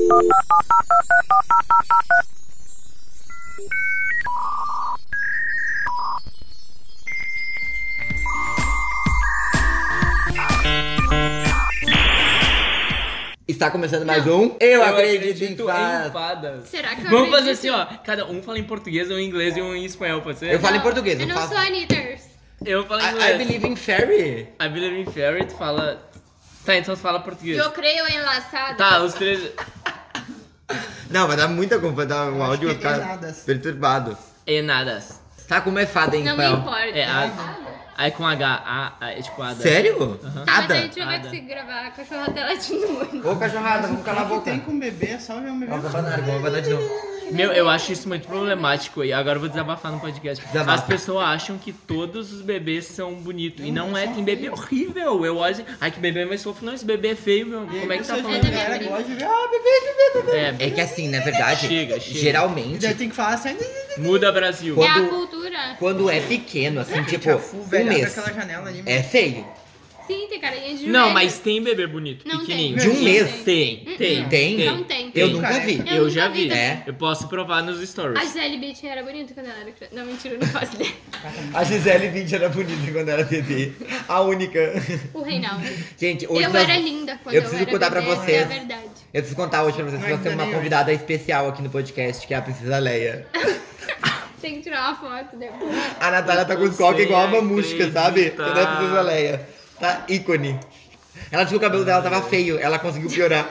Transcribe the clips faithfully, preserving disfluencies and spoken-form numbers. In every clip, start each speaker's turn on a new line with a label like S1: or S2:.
S1: Está começando mais um Eu, eu acredito, acredito em, fadas.
S2: em fadas.
S3: Será que eu
S2: Vamos
S3: acredito?
S2: fazer assim, ó. Cada um fala em português, um em inglês e um em espanhol, pode ser?
S1: Eu falo em português.
S3: Eu
S1: Eu
S3: não
S1: faço...
S3: sou Anitters.
S2: Eu falo em
S1: I,
S2: inglês.
S1: I believe in fairy.
S2: I believe in fairy, tu fala... Tá, então tu fala português.
S3: Eu creio em laçado.
S2: Tá, os três...
S1: Não, vai dar muita confusão, vai dar um áudio vai
S4: que é
S1: ficar
S4: enadas.
S1: perturbado.
S2: Enadas.
S1: Tá, como é fada em
S3: Não me
S1: espanhol?
S3: importa.
S2: É, a... Aí com H, A, a, é tipo Ada.
S1: Sério?
S2: Uhum.
S3: Mas a
S1: Ada?
S3: gente não vai
S2: Ada.
S3: conseguir gravar a cachorrada latindo muito.
S1: Ô, cachorrada, vamos calar a
S4: O que
S1: boca.
S4: tem com bebê é só ver um bebê.
S1: Vamos abanar, vamos abanar de novo.
S2: Meu, eu acho isso muito problemático e agora eu vou desabafar no podcast.
S1: Desabafa.
S2: As pessoas acham que todos os bebês são bonitos e não é, tem bebê horrível. Eu olho assim, ai que bebê mais fofo. Não, esse bebê é feio, meu. Como é que tá
S4: Você
S2: falando?
S4: de cara gosta de ver, ah, bebê, bebê, bebê.
S2: É,
S1: É que assim, na verdade,
S2: Chega, chega.
S4: E
S1: geralmente,
S4: daí tem que falar assim,
S2: muda Brasil.
S1: Quando-
S3: É a cultura.
S1: quando é pequeno, assim, tipo,
S4: tia Fu,
S1: um
S4: velho,
S1: mês,
S4: aquela janela ali.
S1: é feio.
S3: Sim, tem carinha de
S2: Não,
S3: velho.
S2: mas tem bebê bonito,
S3: Não
S2: pequenininho.
S1: De um
S3: Não
S1: mês.
S2: Tem, tem.
S3: Hum,
S1: Tem?
S3: Não tem.
S1: Eu
S2: Tem.
S1: nunca vi.
S3: Eu
S2: Eu,
S3: nunca
S2: já
S3: vi
S2: vi.
S3: também.
S1: É.
S2: Eu posso provar nos
S3: A
S2: stories.
S3: Gisele Bündchen era bonita quando ela era criança. Não, mentira, eu não faço ideia.
S1: A Gisele Bündchen era bonita quando era bebê. A única.
S3: O Reinaldo.
S1: Gente, hoje
S3: Eu
S1: nós-
S3: era linda quando
S1: eu
S3: eu,
S1: preciso
S3: era
S1: contar pra
S3: bebê,
S1: vocês.
S3: É a verdade.
S1: Eu preciso contar hoje pra vocês que
S4: Não,
S1: nós temos
S4: ainda
S1: uma
S4: nem
S1: convidada especial aqui no podcast, que é a Princesa Leia.
S3: Tem que tirar uma foto depois.
S1: A Natália tá com os
S2: Você
S1: cocos igual a mamusca, sabe?
S2: acredita?
S1: Quando é a Princesa Leia. Tá ícone. Ela disse que o cabelo dela tava feio, ela conseguiu piorar.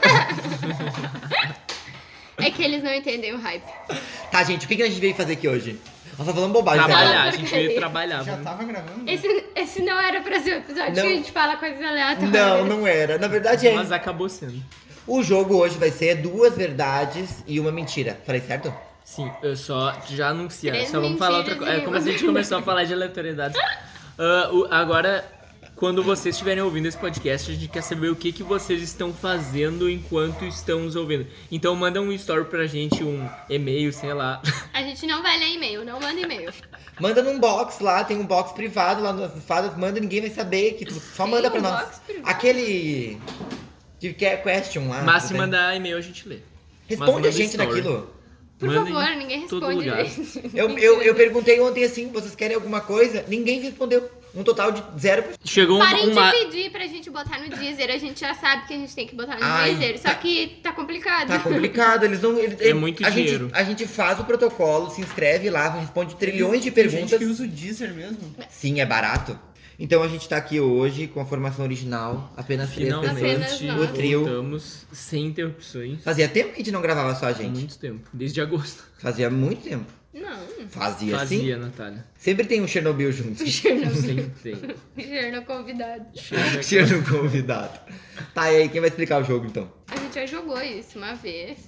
S3: É que eles não entendem o hype.
S1: Tá, gente, o que que a gente veio fazer aqui hoje? Nós tá falando bobagem,
S2: Trabalhar,
S1: né?
S2: a gente veio trabalhar.
S4: Já
S2: vamos-
S4: tava gravando?
S3: Esse, esse não era pra ser o episódio
S1: Não.
S3: que a gente fala coisas aleatórias.
S1: Não, não era. Na verdade é.
S2: Mas acabou sendo.
S1: O jogo hoje vai ser duas verdades e uma mentira. Falei certo?
S2: Sim, eu só já anunciar.
S3: Três
S2: Só vamos falar outra
S3: mentiras
S2: coisa. É
S3: e
S2: como
S3: uma
S2: se a gente começou a falar de aleatoriedade. Ah, o- agora, quando vocês estiverem ouvindo esse podcast, a gente quer saber o que, que vocês estão fazendo enquanto estão nos ouvindo. Então manda um story pra gente, um e-mail, sei lá.
S3: A gente não vai ler e-mail, não manda e-mail.
S1: Manda num box lá, tem um box privado lá nas fadas, manda, ninguém vai saber. Que tu só
S3: Tem
S1: manda
S3: um
S1: pra nós.
S3: box privado?
S1: Aquele. Que quer question lá.
S2: Mas se
S1: tem-
S2: mandar e-mail, a gente lê. Mas
S1: Responde
S2: manda
S1: a gente
S2: story.
S1: naquilo.
S3: Por
S2: Manda em
S3: favor, ninguém
S2: todo
S3: responde,
S2: lugar.
S3: gente.
S1: Eu, eu, eu perguntei ontem assim, vocês querem alguma coisa? Ninguém respondeu. Um total de zero.
S2: Chegou um,
S3: Parem
S2: uma...
S3: de pedir pra gente botar no Deezer, a gente já sabe que a gente tem que botar no
S1: Ai,
S3: Deezer, só que tá complicado.
S1: Tá complicado, eles não. Eles,
S2: É muito
S1: a
S2: dinheiro.
S1: Gente, a gente faz o protocolo, se inscreve lá, responde trilhões de
S4: Tem gente
S1: perguntas.
S4: que usa o Deezer mesmo.
S1: Sim, é barato. Então a gente tá aqui hoje com a formação original, apenas três pessoas.
S3: Apenas
S2: Finalmente
S3: nós.
S1: O trio.
S2: voltamos sem interrupções.
S1: Fazia tempo que a gente não gravava só a
S2: Há
S1: gente.
S2: muito tempo. Desde agosto.
S1: Fazia muito tempo.
S3: Não,
S1: Fazia,
S2: Fazia,
S1: sim.
S2: Natália.
S1: Sempre tem um Chernobyl junto.
S2: Sempre tem.
S3: Cherno convidado.
S2: Chega.
S1: Cherno convidado. Tá, e aí, quem vai explicar o jogo então?
S3: A gente já jogou isso uma vez,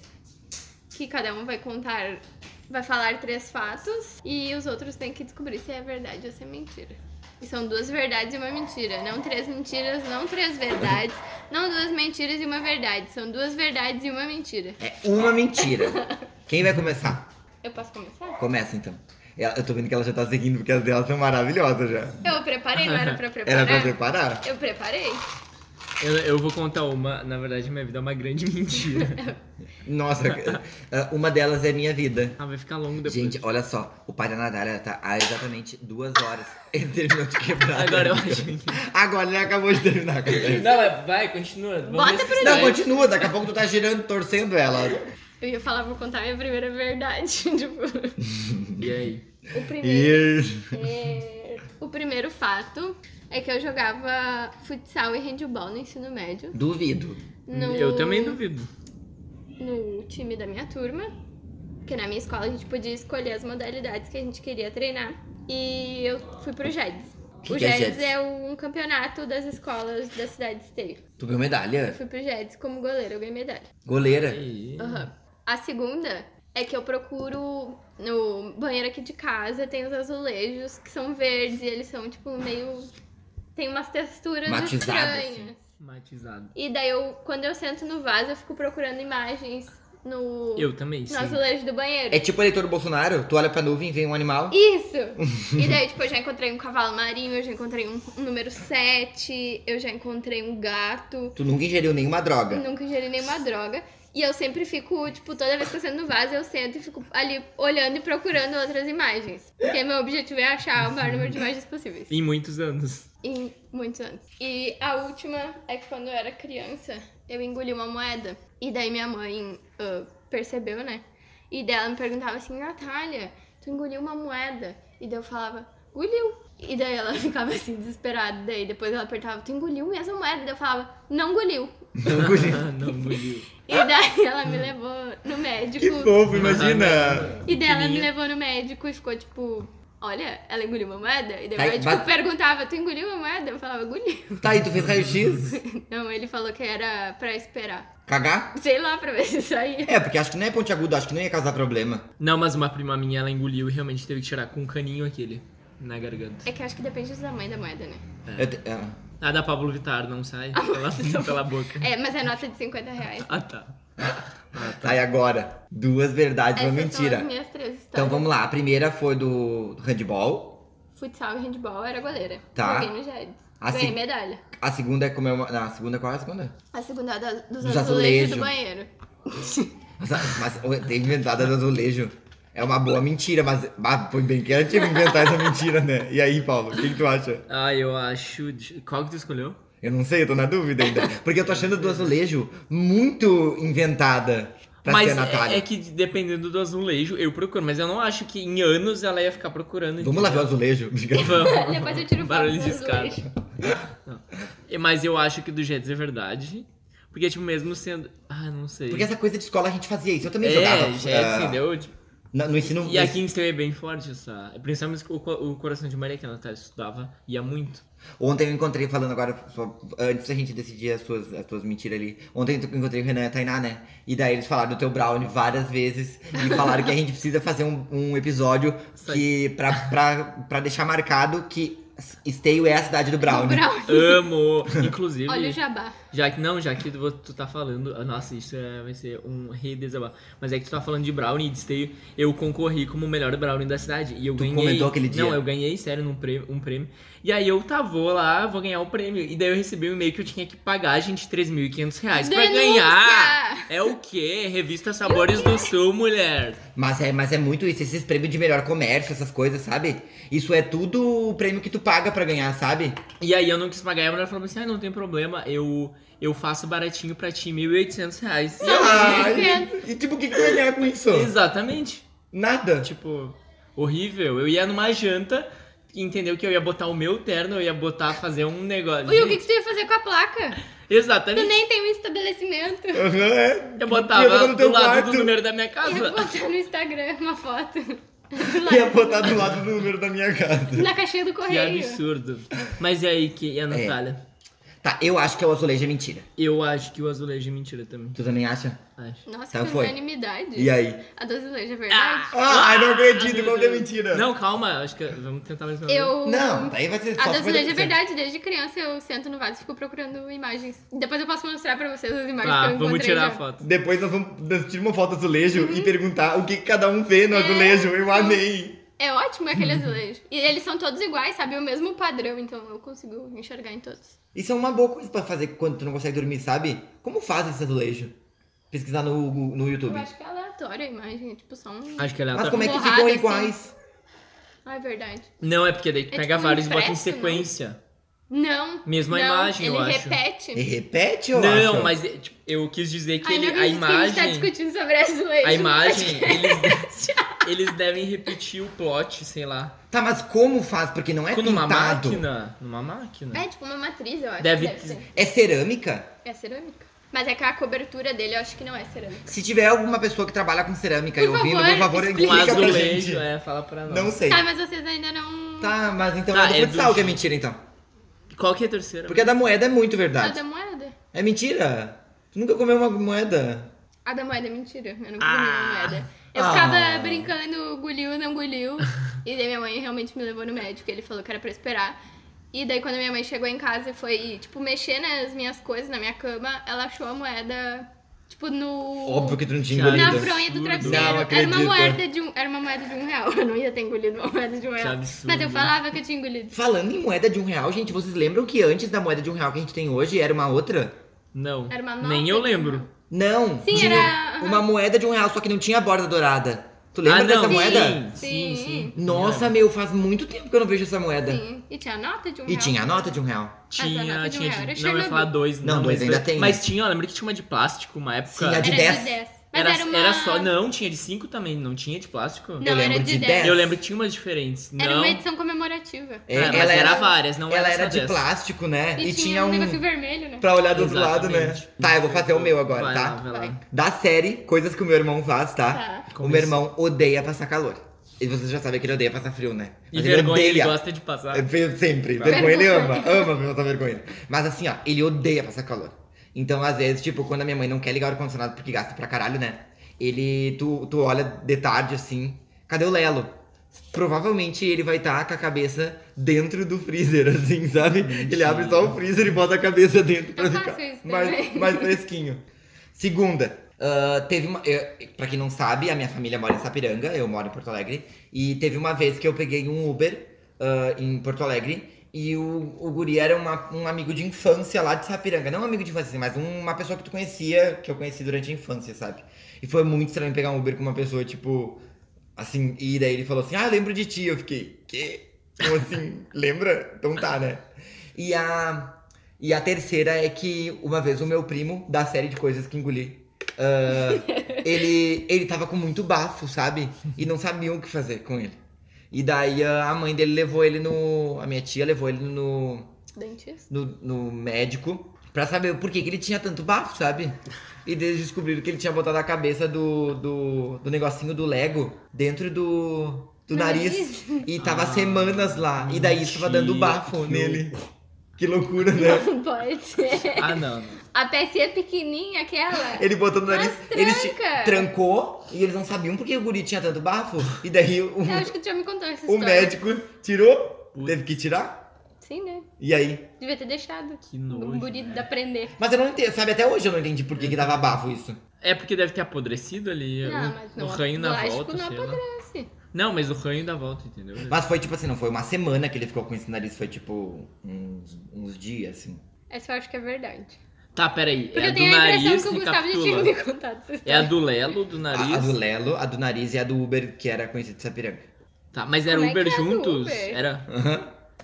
S3: que cada um vai contar, vai falar três fatos e os outros têm que descobrir se é verdade ou se é mentira. E são duas verdades e uma mentira, não três mentiras, não três verdades, não duas mentiras e uma verdade, são duas verdades e uma mentira.
S1: É uma mentira. Quem vai começar?
S3: Eu posso começar?
S1: Começa então. Ela- Eu tô vendo que ela já tá seguindo, porque as delas são maravilhosas já.
S3: Eu preparei, não era pra preparar?
S1: Era pra preparar?
S3: Eu preparei.
S2: Eu, eu vou contar uma. Na verdade, minha vida é uma grande mentira.
S1: Nossa, eh, uma delas é minha vida.
S2: Ah, vai ficar longo depois.
S1: Gente, olha só, o pai da Natália tá há exatamente duas horas. Ele terminou de quebrar.
S2: Agora eu acho que...
S1: Agora ele acabou de terminar. cara.
S2: Não, mas vai, continua. Vamos
S3: Bota
S2: ver se
S3: pra
S2: sai.
S1: Não, continua, daqui a pouco tu tá girando, torcendo ela.
S3: Eu ia falar, vou contar minha primeira verdade. Tipo,
S2: E aí?
S3: o primeiro.
S1: E...
S3: É, o primeiro fato é que eu jogava futsal e handball no ensino médio.
S1: Duvido.
S3: No,
S2: Eu também duvido.
S3: No time da minha turma. Porque na minha escola a gente podia escolher as modalidades que a gente queria treinar. E eu fui pro GEDS.
S1: Que
S3: o
S1: que é
S3: GEDS
S1: GEDS?
S3: é um campeonato das escolas da cidade de Esteio.
S1: Tu ganhou
S3: Eu
S1: medalha?
S3: fui pro GEDS como goleira, eu ganhei medalha.
S1: Goleira?
S2: E...
S3: Aham. A segunda é que eu procuro no banheiro aqui de casa, tem os azulejos que são verdes e eles são tipo meio... Tem umas texturas
S1: Matizado,
S3: estranhas.
S1: assim.
S2: Matizado.
S3: E daí eu, quando eu sento no vaso, eu fico procurando imagens no,
S2: Eu também,
S3: no
S2: sim.
S3: azulejo do banheiro.
S1: É tipo o eleitor do Bolsonaro? Tu olha pra nuvem e vem um animal?
S3: Isso! E daí, tipo, eu já encontrei um cavalo marinho, eu já encontrei um, um número sete, eu já encontrei um gato.
S1: Tu nunca ingeriu nenhuma droga?
S3: Nunca ingeri nenhuma droga. E eu sempre fico, tipo, toda vez que eu sento no vaso, eu sento e fico ali olhando e procurando outras imagens. Porque meu objetivo é achar o maior número de imagens possíveis.
S2: Em muitos anos.
S3: Em muitos anos. E a última é que quando eu era criança, eu engoli uma moeda. E daí minha mãe uh, percebeu, né? E daí ela me perguntava assim, Natália, tu engoliu uma moeda? E daí eu falava, engoliu. E daí ela ficava assim, desesperada. Daí depois ela apertava, tu engoliu mesmo a moeda? E daí eu falava, não engoliu.
S1: Não engoliu.
S2: Não engoliu.
S3: E daí ela me levou no médico.
S1: Que fofo, imagina.
S3: E daí ela me
S2: Pequenininha.
S3: levou no médico e ficou tipo, olha, ela engoliu uma moeda? E daí
S1: Tá,
S3: o médico
S1: mas-
S3: perguntava, tu engoliu uma moeda? Eu falava, engoliu.
S1: Tá, e tu fez raio-x?
S3: Não, ele falou que era pra esperar.
S1: Cagar?
S3: Sei lá, pra ver se saía.
S1: É, porque acho que não é pontiagudo, acho que não ia causar problema.
S2: Não, mas uma prima minha, ela engoliu e realmente teve que tirar com um caninho aquele na garganta.
S3: É que eu acho que depende do tamanho da moeda, né?
S1: Eu te- é.
S2: A da Pablo Vittar não sai pela, pela boca.
S3: É, mas é nota de cinquenta reais.
S2: Ah, tá.
S1: Tá, e agora? Duas verdades e uma
S3: Essas são
S1: mentira.
S3: as minhas três histórias.
S1: Então vamos lá, a primeira foi do handball.
S3: Futsal e handball, eu era goleira.
S1: Tá.
S3: Joguei no Jed.
S1: A
S3: Ganhei
S1: se-
S3: medalha.
S1: A segunda é como é uma... Não, a segunda qual é a segunda?
S3: A segunda é da, dos,
S1: Dos
S3: azulejos
S1: azulejos.
S3: do banheiro.
S1: Nossa, mas o- ter inventado a do azulejo é uma boa mentira, mas ah, foi bem criativo inventar essa mentira, né? E aí, Paulo, o que, que tu acha?
S2: Ah, eu acho... Qual que tu escolheu?
S1: Eu não sei, eu tô na dúvida ainda. Porque eu tô achando do azulejo muito inventada pra
S2: Mas
S1: ser a Natália.
S2: é, é que dependendo do azulejo, eu procuro. Mas eu não acho que em anos ela ia ficar procurando.
S1: Vamos lá ver o
S2: entendeu?
S1: azulejo.
S2: Vamos.
S3: Depois eu tiro foto
S2: Barulho
S3: do
S2: de escada.
S3: azulejo.
S2: Não. E- Mas eu acho que do Jets é verdade. Porque, tipo, mesmo sendo... Ah, não sei.
S1: Porque essa coisa de escola a gente fazia isso. Eu também
S2: é,
S1: jogava.
S2: Jets,
S1: ah,
S2: entendeu? Tipo,
S1: no, no ensino...
S2: e a Kingston é bem forte, essa... Principalmente o, co- o Coração de Maria, que a Natália estudava, ia muito.
S1: Ontem eu encontrei, falando agora, só, antes da gente decidir as suas, as suas mentiras ali. Ontem eu encontrei o Renan e a Tainá, né? E daí eles falaram do teu brownie várias vezes. E falaram que a gente precisa fazer um, um episódio
S2: Isso
S1: que, pra, pra, pra deixar marcado que Esteio é a cidade do brownie.
S3: Brownie.
S2: Amo! Inclusive...
S3: Olha o jabá.
S2: Já que não, já que tu, tu tá falando, ah, nossa, isso é- vai ser um rei desabafo. Mas é que tu tá falando de brownie e de esteio, eu concorri como o melhor brownie da cidade. E eu
S1: Tu
S2: ganhei.
S1: comentou aquele dia?
S2: Não, eu ganhei, sério, num prêmio, um prêmio. E aí eu tá, vou lá, vou ganhar o prêmio. E daí eu recebi um e-mail que eu tinha que pagar, gente, três mil e quinhentos reais pra
S3: Denúncia!
S2: ganhar. É o quê? Revista Sabores do Sul, mulher.
S1: Mas é, mas é muito isso, esses prêmios de melhor comércio, essas coisas, sabe? Isso é tudo o prêmio que tu paga pra ganhar, sabe?
S2: E aí eu não quis pagar, e a mulher falou assim, ah, não tem problema, eu, eu faço baratinho pra ti, mil e oitocentos reais. E eu,
S1: Ai, e tipo, o que, que tu vai ganhar com isso?
S2: exatamente.
S1: Nada.
S2: Tipo, horrível. Eu ia numa janta, entendeu que eu ia botar o meu terno, eu ia botar, fazer um negócio.
S3: E o que, que tu ia fazer com a placa? Tu
S2: Exatamente.
S3: nem tem um estabelecimento.
S1: Aham, é.
S2: Eu
S1: Ia
S2: botava
S1: botar no
S2: do
S1: teu
S2: lado
S1: quarto.
S2: do número da minha
S3: Ia
S2: casa.
S3: botar no Instagram uma foto.
S1: Ia botar do lado do número da minha casa.
S3: Na caixinha do
S2: Que
S3: correio.
S2: absurdo. Mas e aí, que, e a Natália?
S1: Tá, eu acho que o azulejo é mentira.
S2: Eu acho que o azulejo é mentira também.
S1: Tu também acha?
S2: Acho.
S3: Nossa,
S1: Então
S3: que
S1: foi.
S3: unanimidade.
S1: E aí?
S3: A do azulejo é verdade?
S1: Ah, ai, não acredito,
S2: meu
S1: qual que é
S2: Deus.
S1: mentira?
S2: Não, calma, acho que vamos tentar mais uma vez.
S3: Eu...
S1: Não, daí vai ser só
S3: A do azulejo é
S1: cinquenta por cento.
S3: verdade. Desde criança eu sento no vaso e fico procurando imagens. Depois eu posso mostrar pra vocês as imagens que
S2: Tá,
S3: eu encontrei
S2: vamos tirar
S3: já.
S2: a foto.
S1: Depois nós vamos nós tirar uma foto do azulejo e perguntar o que, que cada um vê no azulejo. Eu amei.
S3: É ótimo aquele azulejo. E eles são todos iguais, sabe? O mesmo padrão, então eu consigo enxergar em todos.
S1: Isso é uma boa coisa pra fazer quando tu não consegue dormir, sabe? Como faz esse azulejo? Pesquisar no, no YouTube.
S3: Eu acho que é aleatório a imagem, é tipo só um...
S2: Acho que ela
S1: Mas
S2: tá...
S1: como é que
S3: Borrada,
S1: ficam
S3: assim.
S1: iguais?
S3: Ah, é verdade.
S2: Não, é porque daí tu
S3: É
S2: pega
S3: tipo um
S2: vários e bota em
S3: impresso, não?
S2: sequência.
S3: Não.
S2: Mesma
S3: não,
S2: imagem, eu
S3: ele
S2: acho.
S3: repete.
S1: E repete, eu
S2: Não,
S1: acho.
S2: mas é, tipo, eu quis dizer que
S3: Ai, não
S2: ele, a
S3: acredito que a gente tá
S2: imagem...
S3: discutindo sobre azulejo.
S2: A imagem, eles, eles devem repetir o plot, sei lá.
S1: Tá, mas como faz? Porque não é
S2: Com numa
S1: pintado.
S2: máquina. Numa máquina.
S3: É tipo uma matriz, eu acho.
S2: Deve-
S3: que deve ser.
S1: É cerâmica?
S3: É cerâmica. Mas é que a cobertura dele eu acho que não é cerâmica.
S1: Se tiver alguma pessoa que trabalha com cerâmica e
S3: Por
S1: ouvindo,
S3: favor,
S1: por favor,
S2: Com
S1: explica pra
S2: azulejo,
S1: gente.
S2: é, fala pra nós.
S1: Não sei.
S3: Tá, mas vocês ainda não...
S1: Tá, mas então
S2: Tá,
S1: é do
S2: é
S1: futsal
S2: do-
S1: que é mentira, então.
S2: Qual que é a terceira?
S1: Porque a da moeda é muito
S3: A
S1: verdade.
S3: da moeda.
S1: É mentira. Tu nunca comeu uma moeda.
S3: A da moeda é mentira. Eu nunca
S2: Ah.
S3: comi uma moeda. Eu
S1: Ah.
S3: ficava brincando, engoliu, não engoliu. E daí minha mãe realmente me levou no médico. Ele falou que era pra esperar. E daí quando minha mãe chegou em casa e foi, tipo, mexer nas minhas coisas, na minha cama, ela achou a moeda, tipo, no...
S1: Óbvio que tu não tinha
S2: Na
S3: Na
S1: engolido.
S3: fronha do
S2: Absurdo.
S3: travesseiro.
S1: Não
S3: era
S1: acredito.
S3: uma moeda de um, era uma moeda de um real. Eu não ia ter engolido uma moeda de um real.
S2: absurdo.
S3: Mas eu falava que eu tinha engolido.
S1: Falando em moeda de um real, gente, vocês lembram que antes da moeda de um real que a gente tem hoje era uma outra?
S2: Não,
S3: Era uma nota
S2: nem eu
S3: de um
S2: lembro.
S3: real.
S1: Não,
S3: Sim,
S1: tinha
S3: era-
S1: uma moeda de um real, só que não tinha borda dourada. Tu lembra
S2: Ah,
S1: dessa
S2: não,
S1: moeda?
S2: Sim, sim,
S3: Sim.
S2: sim.
S1: Nossa, meu, faz muito tempo que eu não vejo essa moeda.
S3: Sim. E tinha a nota de um
S1: E
S3: real.
S1: tinha a nota de um real.
S2: Tinha,
S3: Mas a nota de um
S2: tinha.
S3: real era
S2: de- não, eu ia
S3: Chernobyl.
S2: falar dois.
S1: Não, dois
S2: mas
S1: ainda
S2: dois-
S1: tem.
S2: Mas tinha, eu lembro que tinha uma de plástico, uma época.
S1: Sim, a de
S3: Era
S1: dez.
S3: de dez. Mas
S2: Era,
S3: era, uma...
S2: era só. Não, tinha de cinco também, não tinha de plástico?
S3: Não,
S1: Eu lembro
S3: era
S1: de
S3: de
S1: dez.
S3: dez.
S2: Eu lembro que tinha umas diferentes.
S3: Era
S2: não.
S3: uma edição comemorativa.
S1: É,
S2: É, mas
S1: ela
S2: era,
S1: era,
S2: várias, não
S1: ela
S2: era
S1: era
S2: só
S1: de
S2: dessa.
S1: plástico, né?
S3: E, tinha um negócio vermelho, né?
S1: Pra olhar do outro lado, né?
S2: Exatamente.
S1: Tá, eu vou fazer o meu agora,
S2: Vai
S1: tá?
S2: lá, vai lá.
S3: Vai.
S1: Da série, coisas que o meu irmão faz, tá?
S3: Tá.
S1: O
S2: Como
S1: meu
S2: isso?
S1: irmão odeia passar calor. E vocês já sabem que ele odeia passar frio, né?
S2: E
S1: Mas
S2: vergonha ele
S1: odeia.
S2: gosta de passar.
S1: É, sempre. Vergonha ele ama. Ama passar vergonha. Mas assim, ó, ele odeia passar calor. Então, às vezes, tipo, quando a minha mãe não quer ligar o ar-condicionado porque gasta pra caralho, né? Ele, tu, tu olha de tarde assim, cadê o Lelo? Provavelmente ele vai estar com a cabeça dentro do freezer, assim, sabe? Ele abre só o freezer e bota a cabeça dentro pra
S3: Eu
S1: ficar
S3: faço isso
S1: mais,
S3: também.
S1: mais fresquinho. Segunda, ah, teve uma. Eu, pra quem não sabe, a minha família mora em Sapiranga, eu moro em Porto Alegre. E teve uma vez que eu peguei um Uber ah, em Porto Alegre. E o, o guri era uma- um amigo de infância lá de Sapiranga. Não um amigo de infância, assim, mas um- uma pessoa que tu conhecia, que eu conheci durante a infância, sabe? E foi muito estranho pegar um Uber com uma pessoa, tipo, assim, e daí ele falou assim, ah, eu lembro de ti. Eu fiquei, quê? Como assim? Lembra? Então tá, né? E a, e a terceira é que uma vez o meu primo, da série de coisas que engoli, ah, ele, ele tava com muito bafo, sabe? E não sabiam o que fazer com ele. E daí a mãe dele levou ele no. A minha tia levou ele no,
S3: Dentista.
S1: no, no médico pra saber por que, que ele tinha tanto bafo, sabe? E daí eles descobriram que ele tinha botado a cabeça do, do, do negocinho do Lego dentro do, do nariz.
S3: Nariz?
S1: E tava
S2: Ah,
S1: semanas lá. E daí isso tava dando
S2: mentira,
S1: bafo
S2: que
S1: nele. Que loucura, né?
S3: Não pode ser.
S2: Ah, não. não.
S3: A pecinha pequenininha, aquela.
S1: Ele botou no nariz,
S3: Mas
S1: ele
S3: tranca.
S1: trancou e eles não sabiam por que o guri tinha tanto bafo. E daí o,
S3: Eu acho que tu já me contou essa
S1: o
S3: história.
S1: médico tirou,
S2: Putz.
S1: teve que tirar.
S3: Sim, né?
S1: E aí?
S3: Devia ter deixado.
S2: Que nojo,
S3: Um guri
S2: né?
S3: de aprender.
S1: Mas eu não entendo, sabe? Até hoje eu não entendi por que, que dava bafo isso.
S2: É porque deve ter apodrecido ali.
S3: Não,
S2: o,
S3: mas
S2: o
S3: não.
S2: ranho na
S3: plástico
S2: volta.
S3: não
S2: sei lá.
S3: apodrece.
S2: Não, mas o ranho da volta, entendeu?
S1: Mas foi tipo assim, não foi uma semana que ele ficou com esse nariz, foi tipo uns, uns dias, assim.
S3: Essa eu acho que é verdade.
S2: Tá, peraí.
S3: Porque
S2: É a
S3: eu
S2: do
S3: tenho a
S2: nariz,
S3: impressão que o Gustavo já tinha
S2: recapitula.
S3: me contado essa
S2: É
S3: história.
S2: a do Lelo, do nariz.
S1: A, a do Lelo, a do nariz e a do Uber, que era conhecido de Sapiranga.
S2: Tá, mas era
S3: Como é
S2: Uber
S3: que é a do
S2: juntos?
S3: Uber?
S2: Era.
S1: Aham.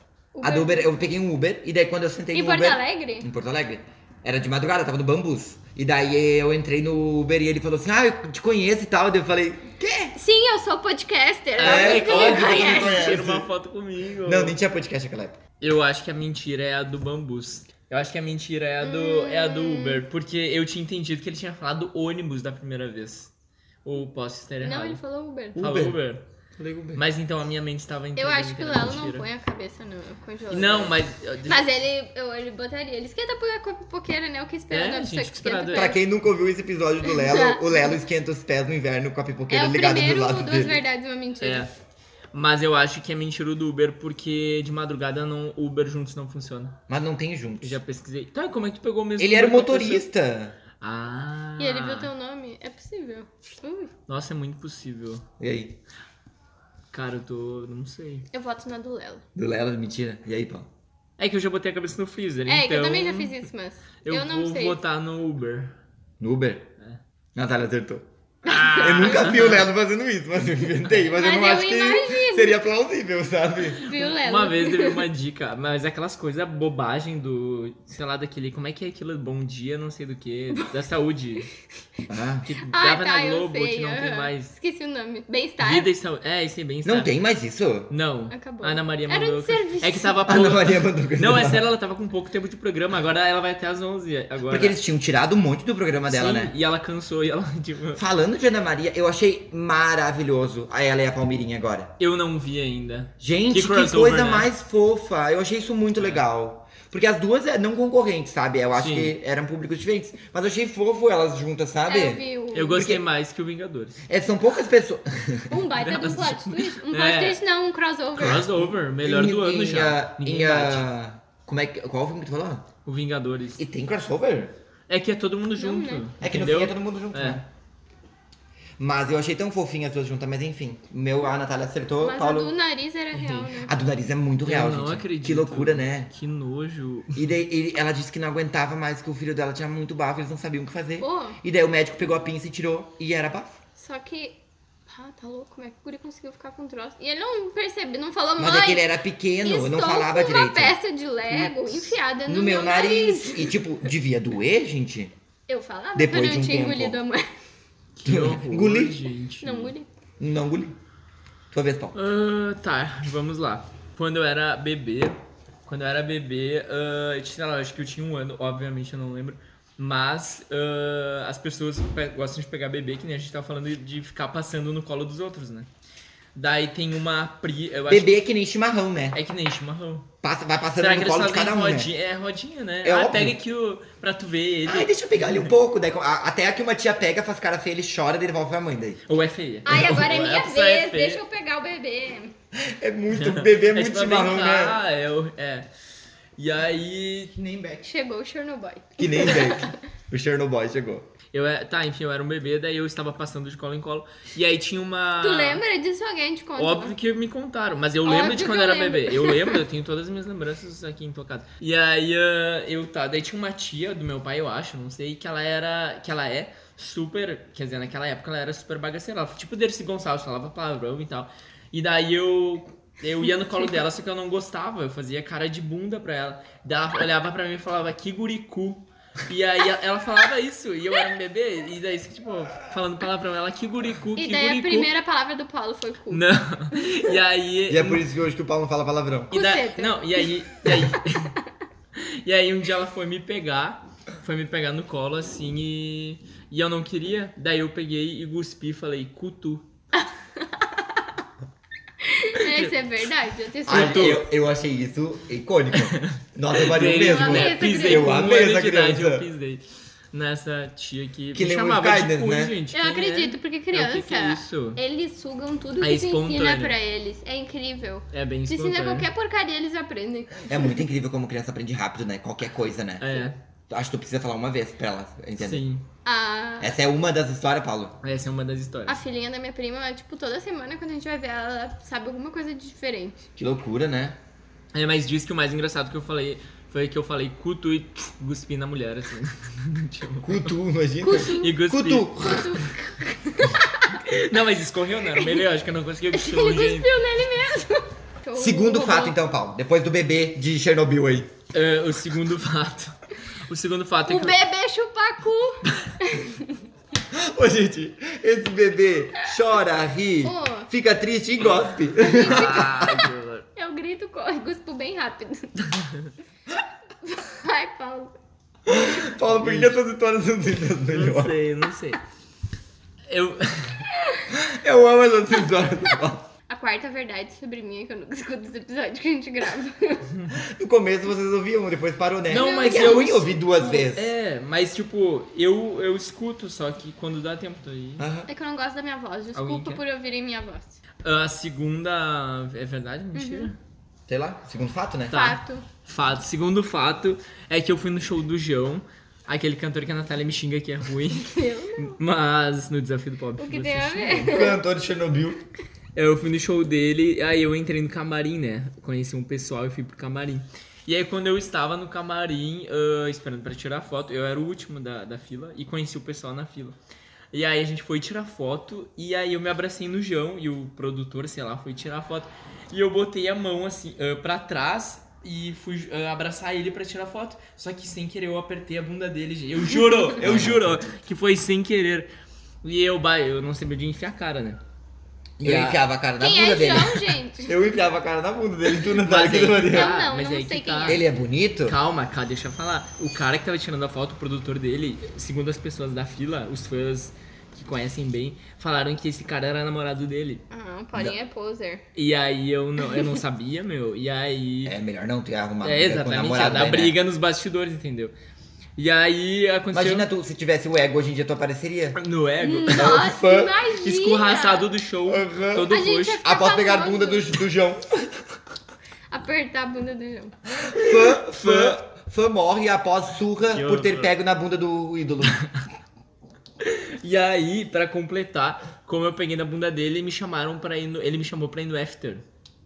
S1: A do Uber, eu peguei um Uber, e daí quando eu sentei
S3: Em
S1: no
S3: Porto
S1: Uber...
S3: Alegre?
S1: Em Porto Alegre. Era de madrugada, tava no Bambus. E daí eu entrei no Uber e ele falou assim, ah, eu te conheço e tal. Daí eu falei, quê?
S3: Sim, eu sou podcaster.
S1: É,
S3: eu
S1: óbvio que
S3: me
S1: você me
S3: conhece.
S1: conhece.
S2: Tira uma foto comigo.
S1: Não, nem tinha podcast naquela época.
S2: Eu acho que a mentira é a do Bambus. Eu acho que a mentira é a do, é a do Uber. Porque eu tinha entendido que ele tinha falado ônibus da primeira vez. Ou posso estar errado?
S3: Não, ele falou Uber.
S2: Falou
S1: Uber.
S2: Uber.
S1: Falei Uber.
S2: Mas então a minha mente estava entendendo
S3: Eu acho que o
S2: era
S3: Lelo não
S2: mentira.
S3: põe a cabeça no congelador.
S2: Não, mas...
S3: Mas ele, eu, ele botaria. Ele esquenta com a pipoqueira, né? O que esperando
S2: É,
S3: a
S2: a
S3: pessoa
S2: gente
S3: que esquenta.
S2: esperando,
S1: Pra quem nunca ouviu esse episódio do Lelo, o Lelo esquenta os pés no inverno com a pipoqueira
S3: É o
S1: ligada do
S3: primeiro
S1: lado
S3: Duas
S1: dele.
S3: Verdades e uma Mentira.
S2: É. Mas eu acho que é mentira o do Uber porque de madrugada não, Uber juntos não funciona.
S1: Mas não tem juntos.
S2: Eu já pesquisei. Tá, como é que tu pegou o mesmo
S1: Ele era o
S2: Uber que a pessoa-
S1: motorista.
S2: Ah.
S3: E ele viu teu nome? É possível. Ui.
S2: Nossa, é muito possível.
S1: E aí?
S2: Cara, eu tô... não sei.
S3: Eu voto na do Lelo.
S1: Do Lelo, mentira. E aí, Paulo?
S2: É que eu já botei a cabeça no freezer,
S3: É,
S2: então...
S3: que eu também já fiz isso, mas
S2: Eu,
S3: eu, não
S2: vou
S3: sei.
S2: votar no Uber.
S1: No Uber?
S2: É.
S1: Natália acertou.
S2: Ah!
S1: Eu nunca vi o Lelo fazendo isso, mas eu inventei. Mas, eu
S3: Mas
S1: não
S3: eu
S1: acho que
S3: imagino.
S1: seria plausível, sabe?
S3: Viu, Lelo?
S2: Uma vez teve uma dica, mas aquelas coisas bobagem do, sei lá, daquele, como é que é aquilo, bom dia, não sei do que, da saúde,
S1: Ah,
S2: que
S3: Ah,
S2: dava
S3: tá,
S2: na
S3: eu
S2: Globo,
S3: sei.
S2: que não tem
S3: aham.
S2: mais.
S3: Esqueci o nome. Bem-estar.
S2: Vida e saúde, é, isso aí, bem
S1: não tem mais isso?
S2: Não,
S3: Acabou.
S2: a Ana Maria
S3: Era
S2: mandou.
S3: de serviço.
S2: É que tava
S1: A Ana
S2: pouco...
S1: Maria mandou coisa
S2: Não, é
S1: lá.
S2: sério, ela tava com pouco tempo de programa, agora ela vai até às onze, agora...
S1: Porque eles tinham tirado um monte do programa dela,
S2: Sim,
S1: né?
S2: e ela cansou, e ela, tipo...
S1: Falando de Ana Maria, eu achei maravilhoso a ela e a Palmirinha agora.
S2: Eu não vi ainda.
S1: Gente,
S2: Que
S1: que,
S2: crossover,
S1: coisa
S2: né?
S1: mais fofa. Eu achei isso muito legal. Porque as duas é não concorrentes, sabe? Eu acho
S2: Sim.
S1: que eram públicos diferentes. Mas eu achei fofo elas juntas, sabe?
S3: É, eu vi o...
S2: Eu gostei
S1: Porque-
S2: mais que o Vingadores.
S1: É, são poucas pessoas.
S3: Um baita de um
S2: Elas-
S3: plot twist. Um plot
S2: É.
S3: twist não, um crossover.
S2: Crossover, melhor
S1: Em-
S2: do ano
S1: em,
S2: já.
S1: ah,
S2: Ninguém
S1: em,
S2: bate.
S1: ah, como é que, qual filme que tu falou?
S2: O Vingadores.
S1: E tem crossover?
S2: É que é todo mundo junto.
S3: né?
S1: É que no
S2: entendeu?
S1: fim é todo mundo junto,
S2: É.
S1: né? Mas eu achei tão fofinha as duas juntas, mas enfim. O meu, a Natália acertou,
S3: Mas
S1: Paulo...
S3: a do nariz era real, né?
S1: A do nariz é muito real,
S2: Eu não
S1: gente.
S2: acredito.
S1: Que loucura, né?
S2: Que nojo.
S1: E daí ele- ela disse que não aguentava mais, que o filho dela tinha muito bafo, eles não sabiam o que fazer.
S3: Pô,
S1: E daí o médico pegou a pinça e tirou, e era bafo.
S3: só que... Ah, tá louco, como é que o guri conseguiu ficar com troço? E ele não percebeu, não falou,
S1: Mas
S3: mãe,
S1: é que ele era pequeno, eu não
S3: estou
S1: falava
S3: com
S1: direito.
S3: uma peça de Lego enfiada no,
S1: No meu nariz. E tipo, devia doer, gente?
S3: Eu falava
S1: Depois
S3: que eu
S1: de
S3: não
S1: um
S3: tinha
S1: tempo.
S3: engolido a mãe.
S2: Que horror,
S1: Engoli.
S2: gente.
S3: Não engoli.
S1: Não engoli. Tua vez, Paulo.
S2: Ah, tá, vamos lá. Quando eu era bebê, quando eu era bebê, ah, eu tinha, lá, acho que eu tinha um ano, obviamente eu não lembro. Mas ah, as pessoas pe- gostam de pegar bebê, que nem a gente tava falando, de ficar passando no colo dos outros, né? Daí tem uma pri... Eu acho
S1: Bebê é que nem chimarrão, né?
S2: que é que nem chimarrão.
S1: Passa, vai passando
S2: Será que
S1: no
S2: eles
S1: colo de
S2: fazem
S1: cada um, né?
S2: rodinha? É, rodinha, né?
S1: É
S2: ah,
S1: óbvio.
S2: pega aqui o... pra tu ver ele.
S1: Ai, deixa eu pegar ali um pouco. Daí, a- até que uma tia pega, faz cara feia, ele chora e devolve pra mãe daí.
S2: Ou é feia.
S3: Ai, agora é
S2: Ou
S3: minha
S2: a pessoa é
S3: vez,
S2: feia.
S3: deixa eu pegar o bebê.
S1: É muito, bebê é
S2: É
S1: muito
S2: tipo,
S1: chimarrão,
S2: vem
S1: né?
S2: cá, é, o- é. E aí...
S4: Que nem Beck.
S3: Chegou o Chernobyl.
S1: Que nem Beck. O Chernobyl chegou.
S2: Eu, é- tá, enfim, eu era um bebê, daí eu estava passando de colo em colo. E aí tinha uma...
S3: Tu lembra disso? Alguém te contou?
S2: Óbvio que me contaram, mas eu
S3: Óbvio
S2: lembro de
S3: que
S2: quando
S3: eu
S2: eu era
S3: lembro.
S2: bebê. Eu lembro, eu tenho todas as minhas lembranças aqui intocadas. E aí ah, eu tá, daí tinha uma tia do meu pai, eu acho, não sei, que ela era, que ela é super, quer dizer, naquela época ela era super bagaceira, ela, tipo Dercy Gonçalves, falava palavrão e tal. E daí eu eu ia no colo dela, só que eu não gostava, eu fazia cara de bunda pra ela. Daí ela olhava pra mim e falava, que guricu. E aí ela falava isso, e eu era um bebê, e daí, tipo, falando palavrão, ela, que guricu,
S3: E
S2: que
S3: daí
S2: guricu.
S3: a primeira palavra do Paulo foi cu.
S2: Não, e aí...
S1: E é por isso que hoje que o Paulo não fala palavrão.
S2: E da-
S3: Cuceta.
S2: não, e aí, e aí, e aí um dia ela foi me pegar, foi me pegar no colo assim e, e eu não queria, daí eu peguei e cuspi e falei, cutu.
S3: Isso é verdade, eu tenho
S1: Ai,
S3: certeza.
S1: eu, eu achei isso icônico. Nossa, eu faria o
S2: Daí,
S1: mesmo.
S3: amei
S2: né,
S3: essa
S2: pisei
S3: criança.
S1: Eu
S2: com um
S1: amei
S2: ano
S1: essa
S2: de idade,
S1: criança.
S2: eu pisei nessa tia que,
S1: Que
S2: me
S1: nem o
S2: chamava de
S1: Skynet,
S2: cu,
S1: né?
S2: gente.
S3: Eu
S2: quem
S3: acredito,
S2: é?
S3: porque
S2: É, o
S3: criança,
S2: que que é isso?
S3: eles sugam tudo
S2: É
S3: que tu ensina
S2: espontâneo.
S3: pra eles. É incrível.
S2: É bem
S3: Tu ensina
S2: espontâneo.
S3: qualquer porcaria, eles aprendem.
S1: É muito incrível como criança aprende rápido, né? Qualquer coisa, né?
S2: É,
S1: Acho que tu precisa falar uma vez pra ela entender.
S2: sim.
S3: A,
S1: Essa é uma das histórias, Paulo.
S2: Essa é uma das
S3: a
S2: histórias.
S3: filhinha da minha prima, tipo, toda semana quando a gente vai ver ela, ela sabe alguma coisa de diferente.
S1: Que loucura, né?
S2: É, mas diz que o mais engraçado que eu falei foi que eu falei cutu e cuspi na mulher, assim. Tipo,
S1: Cutu, imagina.
S2: e cuspi.
S1: Cutu.
S2: Não, mas escorreu, não era melhor, acho que eu não conseguia cuspir
S3: Ele
S2: longe.
S3: cuspiu nele mesmo.
S1: Segundo
S3: O-
S1: fato, então, Paulo. Depois do bebê de Chernobyl aí.
S2: É, o segundo fato. O segundo fato é
S3: O
S2: que.
S3: bebê chupa cu.
S1: Ô, gente, esse bebê chora, ri,
S3: Ô.
S1: fica triste e gospe.
S2: Ah, que horror.
S3: Eu grito, corre, cuspo bem rápido. Vai, Paulo.
S1: Paulo, por que as suas histórias são sempre as
S2: Não
S1: melhores?
S2: sei, não sei. Eu.
S1: Eu amo essas histórias do Paulo.
S3: A quarta verdade sobre mim é que eu nunca escuto os episódios que a gente grava.
S1: No começo vocês ouviam, depois parou, né?
S2: Não, mas
S1: Porque é
S2: eu-
S1: ruim ouvir duas vezes.
S2: É, mas tipo, eu, eu escuto, só que quando dá tempo tô aí.
S1: Aham.
S3: É que eu não gosto da minha voz.
S2: Alguém
S3: Desculpa
S2: quer?
S3: por ouvirem minha voz.
S2: A segunda. É verdade? Mentira?
S1: Sei lá, segundo fato, né?
S2: Tá.
S3: Fato.
S2: Fato. Segundo fato é que eu fui no show do João, aquele cantor que a Natália me xinga que é ruim,
S3: Eu?
S2: mas no Desafio do Pop.
S3: O que
S2: você
S3: tem a
S2: xinga.
S3: ver?
S1: Cantor de Chernobyl.
S2: Eu fui no show dele, aí eu entrei no camarim, né? Conheci um pessoal e fui pro camarim. E aí quando eu estava no camarim, ah, esperando pra tirar foto, eu era o último da, da fila e conheci o pessoal na fila. E aí a gente foi tirar foto e aí eu me abracei no João e o produtor, sei lá, foi tirar foto. E eu botei a mão assim, ah, pra trás e fui ah, abraçar ele pra tirar foto. Só que sem querer eu apertei a bunda dele, gente. Eu juro, eu juro que foi sem querer. E eu, bah, eu não sabia onde enfiar a cara, né? E
S1: Eu
S2: a-
S1: enfiava a cara na
S3: Quem
S1: bunda
S3: é
S1: dele.
S3: João, gente?
S1: Eu enfiava a cara na bunda dele, tu não sabe
S2: Mas
S1: que
S2: aí
S1: eu
S2: que
S1: faria.
S3: Eu
S2: tá,
S3: não,
S2: mas
S3: não
S2: aí
S3: sei
S2: que
S3: quem
S2: tá.
S3: é.
S1: Ele é bonito?
S2: Calma, cara, deixa eu falar. O cara que tava tirando a foto, o produtor dele, segundo as pessoas da fila, os fãs que conhecem bem, falaram que esse cara era namorado dele.
S3: Ah, o Paulinho é poser.
S2: E aí eu não, eu não sabia, meu. E aí.
S1: É melhor não, tu ia arrumar
S2: É,
S1: briga com o
S2: exatamente, ia
S1: namorado
S2: dar
S1: daí, né?
S2: briga nos bastidores, entendeu? E aí aconteceu.
S1: Imagina tu, se tivesse o ego hoje em dia, tu apareceria.
S2: No ego,
S3: Nossa,
S1: fã
S3: imagina!
S2: escorraçado do show,
S1: Uhum.
S2: todo
S3: A gente
S2: roxo.
S3: ia ficar
S1: Após pegar a
S3: famoso.
S1: bunda do, do João.
S3: Apertar a bunda do João.
S1: Fã, fã, fã morre após surra
S2: Que
S1: por ter
S2: horror.
S1: pego na bunda do ídolo.
S2: E aí, pra completar, como eu peguei na bunda dele, me chamaram pra ir no, ele me chamou pra ir no after.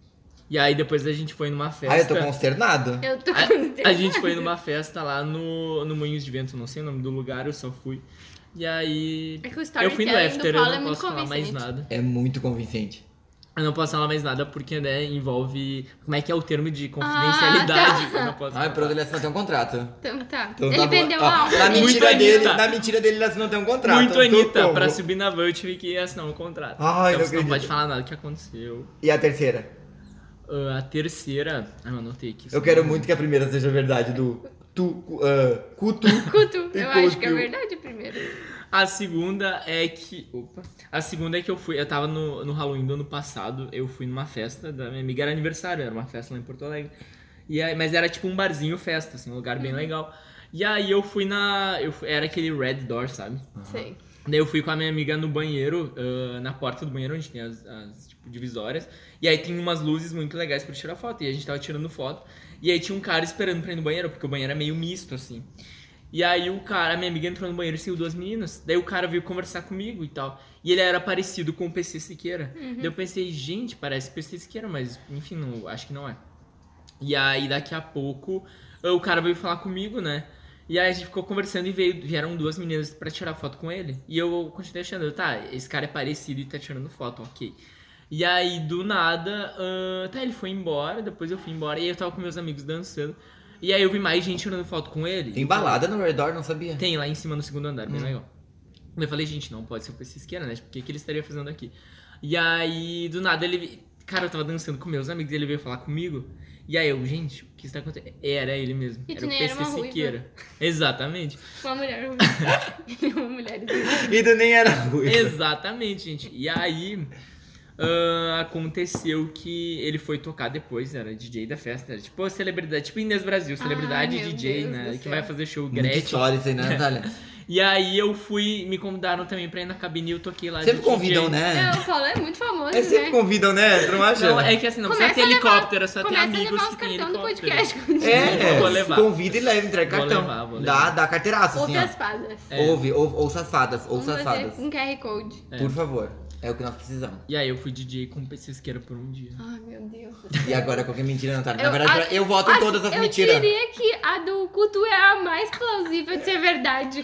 S2: E aí depois a gente foi numa festa.
S1: Ah, eu tô consternado.
S3: Eu tô
S2: A,
S3: consternada.
S2: a gente foi numa festa lá no, no Moinhos de Vento, não sei o nome do lugar, eu só fui. E aí.
S3: É que o
S2: eu fui no
S3: storytelling
S2: after,
S3: do
S2: eu
S3: Paulo é
S2: não
S3: muito
S2: posso falar mais
S3: convincente.
S2: nada.
S1: É muito convincente.
S2: Eu não posso falar mais nada porque, né, envolve. Como é que é o termo de confidencialidade?
S3: Ah, tá.
S2: Eu não posso
S1: Ai,
S2: falar.
S1: por ele assinou até um contrato.
S3: Então tá.
S1: Então
S3: Ele
S1: tá bom.
S3: vendeu
S1: Ó,
S3: a alma.
S1: Na
S2: Muito
S1: mentira
S2: Anitta.
S1: dele, na mentira dele, ele assinou até um contrato.
S2: Muito Anitta,
S1: Socorro.
S2: pra subir na van eu tive que assinar um contrato.
S1: Ai,
S2: então
S1: não
S2: você não
S1: acredito.
S2: pode falar nada que aconteceu.
S1: E a terceira?
S2: Ah, a terceira. Ah, eu anotei aqui.
S1: Eu quero muito que a primeira seja verdade, do tu, uh, cutu.
S3: Cuto.
S1: E
S3: Eu acho que é
S1: cutu.
S3: verdade primeiro.
S2: A segunda é que. Opa. A segunda é que eu fui. Eu tava no, no Halloween do ano passado. Eu fui numa festa da minha amiga, era aniversário, era uma festa lá em Porto Alegre. E aí, mas era tipo um barzinho festa, assim, um lugar bem legal. E aí eu fui na. Eu fui- era aquele Red Door, sabe?
S3: Sei.
S2: Daí eu fui com a minha amiga no banheiro, ah, na porta do banheiro, onde tem as, as, tipo, divisórias. E aí tem umas luzes muito legais pra tirar foto. E a gente tava tirando foto. E aí tinha um cara esperando pra ir no banheiro, porque o banheiro é meio misto, assim. E aí o cara, a minha amiga entrou no banheiro e saiu duas meninas. Daí o cara veio conversar comigo e tal. E ele era parecido com o P C Siqueira. Daí eu pensei, gente, parece P C Siqueira, mas enfim, não, acho que não é. E aí daqui a pouco o cara veio falar comigo, né? E aí a gente ficou conversando e veio, vieram duas meninas pra tirar foto com ele. E eu continuei achando, tá, esse cara é parecido e tá tirando foto, ok. E aí do nada, ah, tá, ele foi embora, depois eu fui embora. E aí eu tava com meus amigos dançando. E aí eu vi mais gente tirando foto com ele.
S1: Tem balada no Redor, não sabia.
S2: Tem lá em cima no segundo andar, bem legal. Eu falei, gente, não pode ser o P C Siqueira, né? Por que, que ele estaria fazendo aqui? E aí, do nada, ele... Cara, eu tava dançando com meus amigos e ele veio falar comigo. E aí eu, gente, o que está acontecendo? Era ele mesmo.
S3: E tu
S2: Era o
S3: nem
S2: P
S3: era
S2: C
S3: uma ruiva.
S2: Siqueira. Exatamente.
S3: Uma mulher. Uma mulher.
S1: E tu nem era ruim.
S2: Exatamente, gente. E aí... ah, aconteceu que ele foi tocar depois, era D J da festa, era tipo a celebridade, tipo Inês Brasil, celebridade
S3: Ai, meu
S2: D J,
S3: Deus
S2: né,
S3: do
S2: que
S3: céu.
S2: vai fazer show
S1: Muita
S2: Gretchen.
S1: história isso aí, né, Natália?
S2: E aí eu fui, me convidaram também pra ir na cabine e eu toquei lá
S1: Sempre
S2: de
S1: convidam,
S2: D J.
S1: né?
S3: É, o Paulo é muito famoso,
S1: É sempre
S3: né?
S1: convidam, né? Tu não acha?
S2: Não, é que assim, não precisa ter
S3: a levar-
S2: helicóptero, é só ter
S3: começa
S2: amigos
S3: a levar
S2: que
S3: os
S2: tem
S3: cartão do
S2: helicóptero.
S3: podcast contigo.
S1: É,
S2: Vou levar.
S1: convida e leva, entrega
S2: Vou
S1: cartão.
S2: levar, vou
S1: Dá,
S2: levar.
S1: dá carteiraço, assim,
S3: Ouve as
S1: ó.
S3: fadas.
S2: É.
S1: Ouve, ouve, ouça as fadas,
S3: Vamos
S1: ouça as
S3: fazer
S1: fadas.
S3: um Q R Code.
S2: É.
S1: Por favor. É o que nós precisamos.
S2: E aí eu fui D J com P C Siqueira por um dia.
S3: Ai, meu Deus.
S1: E agora, qualquer mentira, Natália. Na
S3: Eu-
S1: verdade,
S3: a-
S1: eu voto em
S3: assim,
S1: todas as
S3: eu
S1: mentiras.
S3: Eu diria que a do Cutu é a mais plausível de ser verdade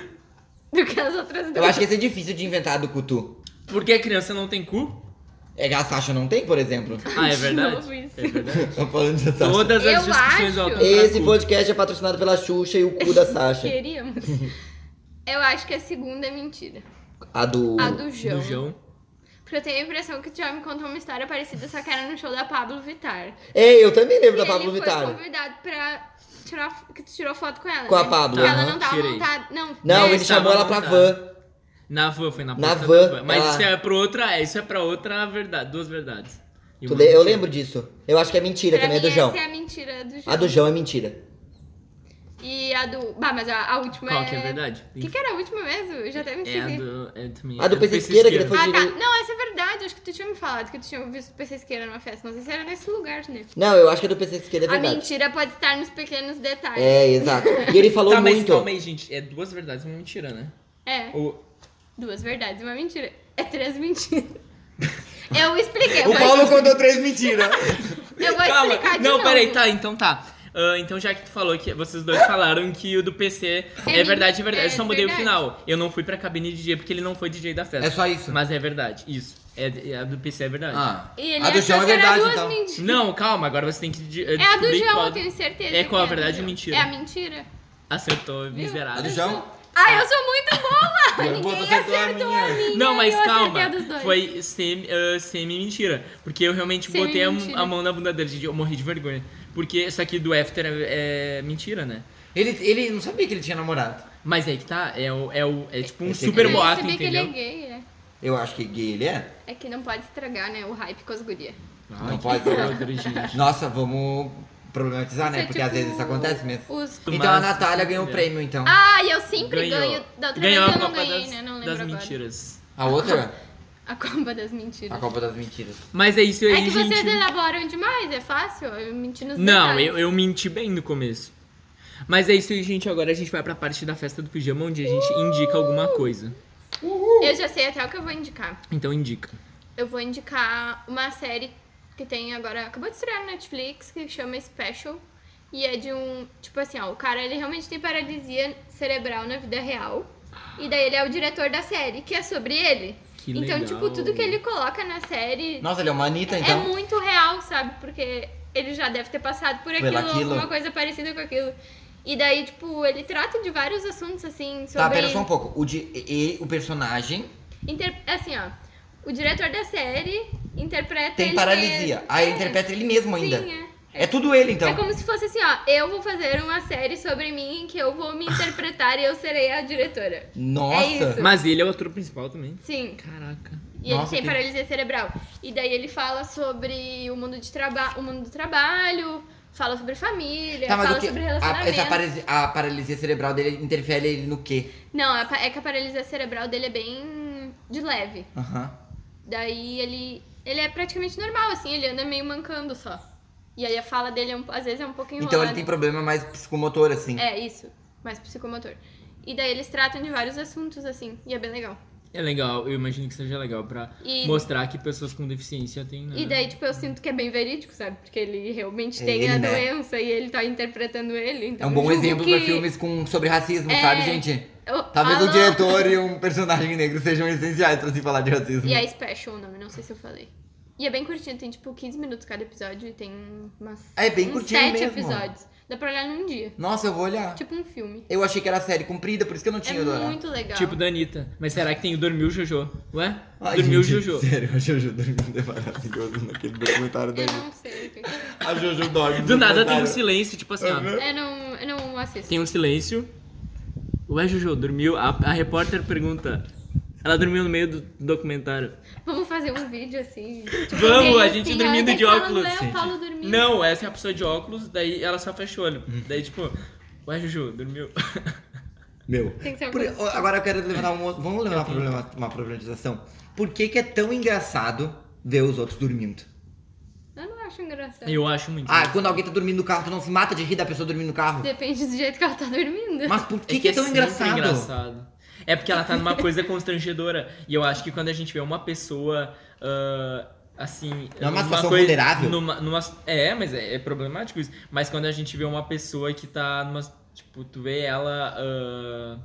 S3: do que as outras duas.
S1: Eu acho que ia ser difícil de inventar a do Cutu.
S2: Porque a criança não tem cu?
S1: É que a Sasha não tem, por exemplo.
S2: Ah, é
S3: De
S2: verdade?
S3: novo isso.
S2: É verdade.
S1: Tô falando de Sasha.
S2: Todas
S3: Eu
S2: as discussões
S3: acho-
S2: ao
S1: Esse podcast é patrocinado pela Xuxa e o cu da Sasha.
S3: Queríamos. Eu acho que a segunda é mentira.
S1: A do...
S3: A do João.
S2: do João.
S3: Porque eu tenho a impressão que tu já me contou uma história parecida, só que era no show da Pablo Vittar.
S1: É, eu também lembro
S3: E
S1: da Pablo
S3: ele
S1: Vittar.
S3: foi convidado pra tirar... Que tu tirou foto com ela,
S1: Com a
S3: né?
S1: Pablo,
S3: Porque ela
S1: aham.
S3: não tava
S2: Tirei.
S3: montada. Não,
S1: Não,
S3: é,
S1: ele
S2: estava
S1: chamou ela pra
S2: montada.
S1: van.
S2: Na van, foi na
S1: Na
S2: porta
S1: van,
S2: da van. Mas
S1: ela-
S2: isso é pra outra, isso é pra outra verdade, duas verdades. E
S1: Tu
S2: uma
S1: le- Eu
S2: mentira.
S1: lembro disso. Eu acho que é mentira
S3: Pra
S1: também,
S3: mim,
S1: a do João.
S3: essa é a mentira do João.
S1: A do João é mentira.
S3: E a do... Bah, mas a, a última
S2: Qual
S3: é...
S2: que é verdade?
S3: O que que era a última mesmo? Eu já até me
S2: É a
S3: esqueci.
S2: do... É também,
S1: A do
S2: é
S1: P C Siqueira, que ele foi-
S3: Ah, tá.
S1: dire-
S3: Não, essa é verdade. Acho que tu tinha me falado que tu tinha visto o P C Siqueira numa festa. Não sei se era nesse lugar, né?
S1: Não, eu acho que a do P C Siqueira é
S3: A
S1: verdade.
S3: mentira pode estar nos pequenos detalhes.
S1: É, exato. E ele falou
S2: Tá, mas
S1: muito.
S2: calma aí, gente. É duas verdades e uma mentira, né?
S3: É.
S2: Ou...
S3: Duas verdades e uma mentira. É três mentiras. Eu expliquei.
S1: O
S3: mas
S1: Paulo contou três mentiras.
S3: Eu vou
S2: Calma.
S3: explicar de
S2: Não,
S3: novo.
S2: peraí, tá, então tá. Ah, então já que tu falou que vocês dois falaram que o do P C é,
S3: É
S2: verdade, é
S3: men-
S2: verdade.
S3: é
S2: Eu só mudei
S3: verdade.
S2: o final. Eu não fui pra cabine de D J porque ele não foi D J da festa.
S1: É só isso.
S2: Mas é verdade, isso. É, a do P C é verdade.
S1: Ah,
S3: E ele
S1: a do
S3: achou
S1: João é
S3: que era
S1: verdade,
S3: duas
S1: então.
S3: mentiras.
S2: Não, calma, agora você tem que de-
S3: É a do
S2: descobrir
S3: João,
S2: qual...
S3: eu tenho certeza.
S2: É qual a
S3: que do
S2: verdade e
S3: João.
S2: mentira.
S3: É a mentira.
S2: Acertou, miserável.
S1: A do João?
S3: Ah, eu sou muito boa!
S1: Eu
S3: Ninguém
S1: vou acertar a
S3: acertou
S1: minha.
S3: a minha.
S2: Não, mas
S3: eu acertei
S2: calma.
S3: a dos dois.
S2: Foi semi, ah, semi-mentira. Porque eu realmente botei a,
S3: Semi-mentira.
S2: a mão na bunda dele. Gente, eu morri de vergonha. Porque isso aqui do after é, é mentira, né?
S1: Ele, ele não sabia que ele tinha namorado.
S2: Mas aí que tá, é, o, é, o, é tipo um
S1: Esse
S2: super
S1: aqui-
S3: Eu
S2: boato,
S3: sabia que ele
S2: entendeu?
S3: é gay, é.
S1: Eu acho que gay ele é.
S3: É que não pode estragar, né, o hype com as gurias.
S2: Ai,
S1: Não
S2: que
S1: pode.
S2: podre, gente.
S1: Nossa, vamos problematizar, né?
S3: Isso é
S1: Porque às
S3: tipo
S1: vezes isso acontece mesmo.
S3: Os...
S1: Então a
S2: Mas-
S1: Natália ganhou o
S2: é.
S1: prêmio, então.
S3: Ah, e eu sempre
S2: Ganhou.
S3: ganho. Da outra
S2: Ganhou
S3: vez
S2: a
S3: eu não
S2: Copa
S3: ganhei,
S2: das,
S3: né? Não lembro
S2: das
S3: agora.
S2: mentiras.
S1: A outra?
S3: A Copa das Mentiras.
S1: A Copa das Mentiras.
S2: Mas é isso aí,
S3: É que
S2: gente.
S3: vocês elaboram demais, é fácil. Eu menti nos
S2: Não,
S3: detalhes.
S2: eu, eu menti bem no começo. Mas é isso aí, gente. Agora a gente vai pra parte da festa do pijama, onde a gente indica alguma coisa.
S3: Eu já sei até o que eu vou indicar.
S2: Então indica.
S3: Eu vou indicar uma série que tem agora, acabou de estrear no Netflix, que chama Special. E é de um, tipo assim, ó, o cara ele realmente tem paralisia cerebral na vida real. E daí ele é o diretor da série, que é sobre ele.
S2: Que
S3: então,
S2: legal.
S3: tipo, tudo que ele coloca na série
S1: Nossa, ele é uma Anitta,
S3: é
S1: então.
S3: muito real, sabe? Porque ele já deve ter passado por aquilo,
S1: aquilo.
S3: alguma coisa parecida com aquilo. E daí, tipo, ele trata de vários assuntos, assim, sobre...
S1: Tá, pera só um pouco. O, de, e, o personagem
S3: Inter... Assim, ó, o diretor da série interpreta
S1: tem
S3: ele
S1: paralisia.
S3: mesmo.
S1: Aí
S3: É.
S1: interpreta ele mesmo ainda.
S3: Sim, é.
S1: É tudo ele, então.
S3: É como se fosse assim, ó, eu vou fazer uma série sobre mim em que eu vou me interpretar e eu serei a diretora.
S1: Nossa.
S3: É isso.
S2: Mas ele é o ator principal também.
S3: Sim.
S2: Caraca.
S3: E
S1: Nossa,
S3: ele tem
S1: que-
S3: paralisia cerebral. E daí ele fala sobre o mundo, de traba... o mundo do trabalho, fala sobre família,
S1: Tá, mas
S3: fala
S1: o que,
S3: sobre
S1: a,
S3: relacionamento.
S1: essa paralisia, a paralisia cerebral dele interfere ele no quê?
S3: Não, a pa- é que a paralisia cerebral dele é bem de leve.
S1: Aham.
S3: Daí ele, ele é praticamente normal, assim, ele anda meio mancando só. E aí a fala dele, é um- às vezes, é um pouco enrolada.
S1: Então ele tem problema mais psicomotor, assim.
S3: É, isso. Mais psicomotor. E daí eles tratam de vários assuntos, assim, e é bem legal.
S2: É legal, eu imagino que seja legal pra
S3: E-
S2: mostrar que pessoas com deficiência têm... Né?
S3: E daí, tipo, eu sinto que é bem verídico, sabe? Porque ele realmente
S1: É
S3: tem
S1: ele,
S3: a
S1: né?
S3: doença e ele tá interpretando ele. Então
S1: É um bom
S3: eu julgo
S1: exemplo
S3: que...
S1: pra filmes com, sobre racismo,
S3: É.
S1: sabe, gente?
S3: Eu-
S1: Talvez
S3: Alô?
S1: o diretor e um personagem negro sejam essenciais pra se falar de racismo.
S3: E é Special o nome, não sei se eu falei. E é bem curtinho, tem tipo quinze minutos cada episódio e tem umas...
S1: É bem
S3: uns
S1: curtinho
S3: sete
S1: mesmo.
S3: episódios. Dá pra olhar num dia.
S1: Nossa, eu vou olhar.
S3: Tipo um filme.
S1: Eu achei que era série comprida, por isso que eu não
S3: É
S1: tinha ido olhar.
S3: muito legal.
S2: Tipo da Anitta. Mas será que tem o Dormiu Jojo? Ué?
S1: Ai,
S2: Dormiu
S1: gente,
S2: Jojo.
S1: Sério, a Jojo dormindo é maravilhoso naquele documentário da
S3: Eu
S1: Anitta.
S3: não sei o que que é.
S1: A Jojo dorme.
S2: Do
S1: no
S2: nada tem um
S1: documentário.
S2: silêncio, tipo assim, ó.
S1: Uhum.
S3: Eu não, eu não assisto.
S2: Tem um silêncio. Ué, Jojo, dormiu? A, a repórter pergunta. Ela dormiu no meio do documentário.
S3: Vamos fazer um vídeo assim. Tipo,
S2: Vamos,
S3: alguém
S2: a gente
S3: assim,
S2: dormindo
S3: ó,
S2: de
S3: falando,
S2: óculos.
S3: "É, o Paulo dormindo."
S2: Não, essa é a pessoa de óculos, daí ela só fecha o olho. Daí, tipo, ué, Juju, dormiu.
S1: Meu.
S3: Tem que ser uma
S1: Por-
S3: coisa assim.
S1: agora eu quero levantar um outro. Vamos levantar uma, problema- uma problematização. Por que, que é tão engraçado ver os outros dormindo?
S3: Eu não acho engraçado.
S2: Eu acho muito.
S1: Ah, quando alguém tá dormindo no carro, tu não se mata de rir da pessoa dormindo no carro?
S3: Depende do jeito que ela tá dormindo.
S1: Mas por que, que é tão
S2: sempre
S1: engraçado?
S2: engraçado. É porque ela tá numa coisa constrangedora. E eu acho que quando a gente vê uma pessoa. ah, assim.
S1: Não é uma
S2: numa
S1: situação vulnerável?
S2: Numa, numa- é, mas é, é problemático isso. Mas quando a gente vê uma pessoa que tá numa. Tipo, tu vê ela. ah,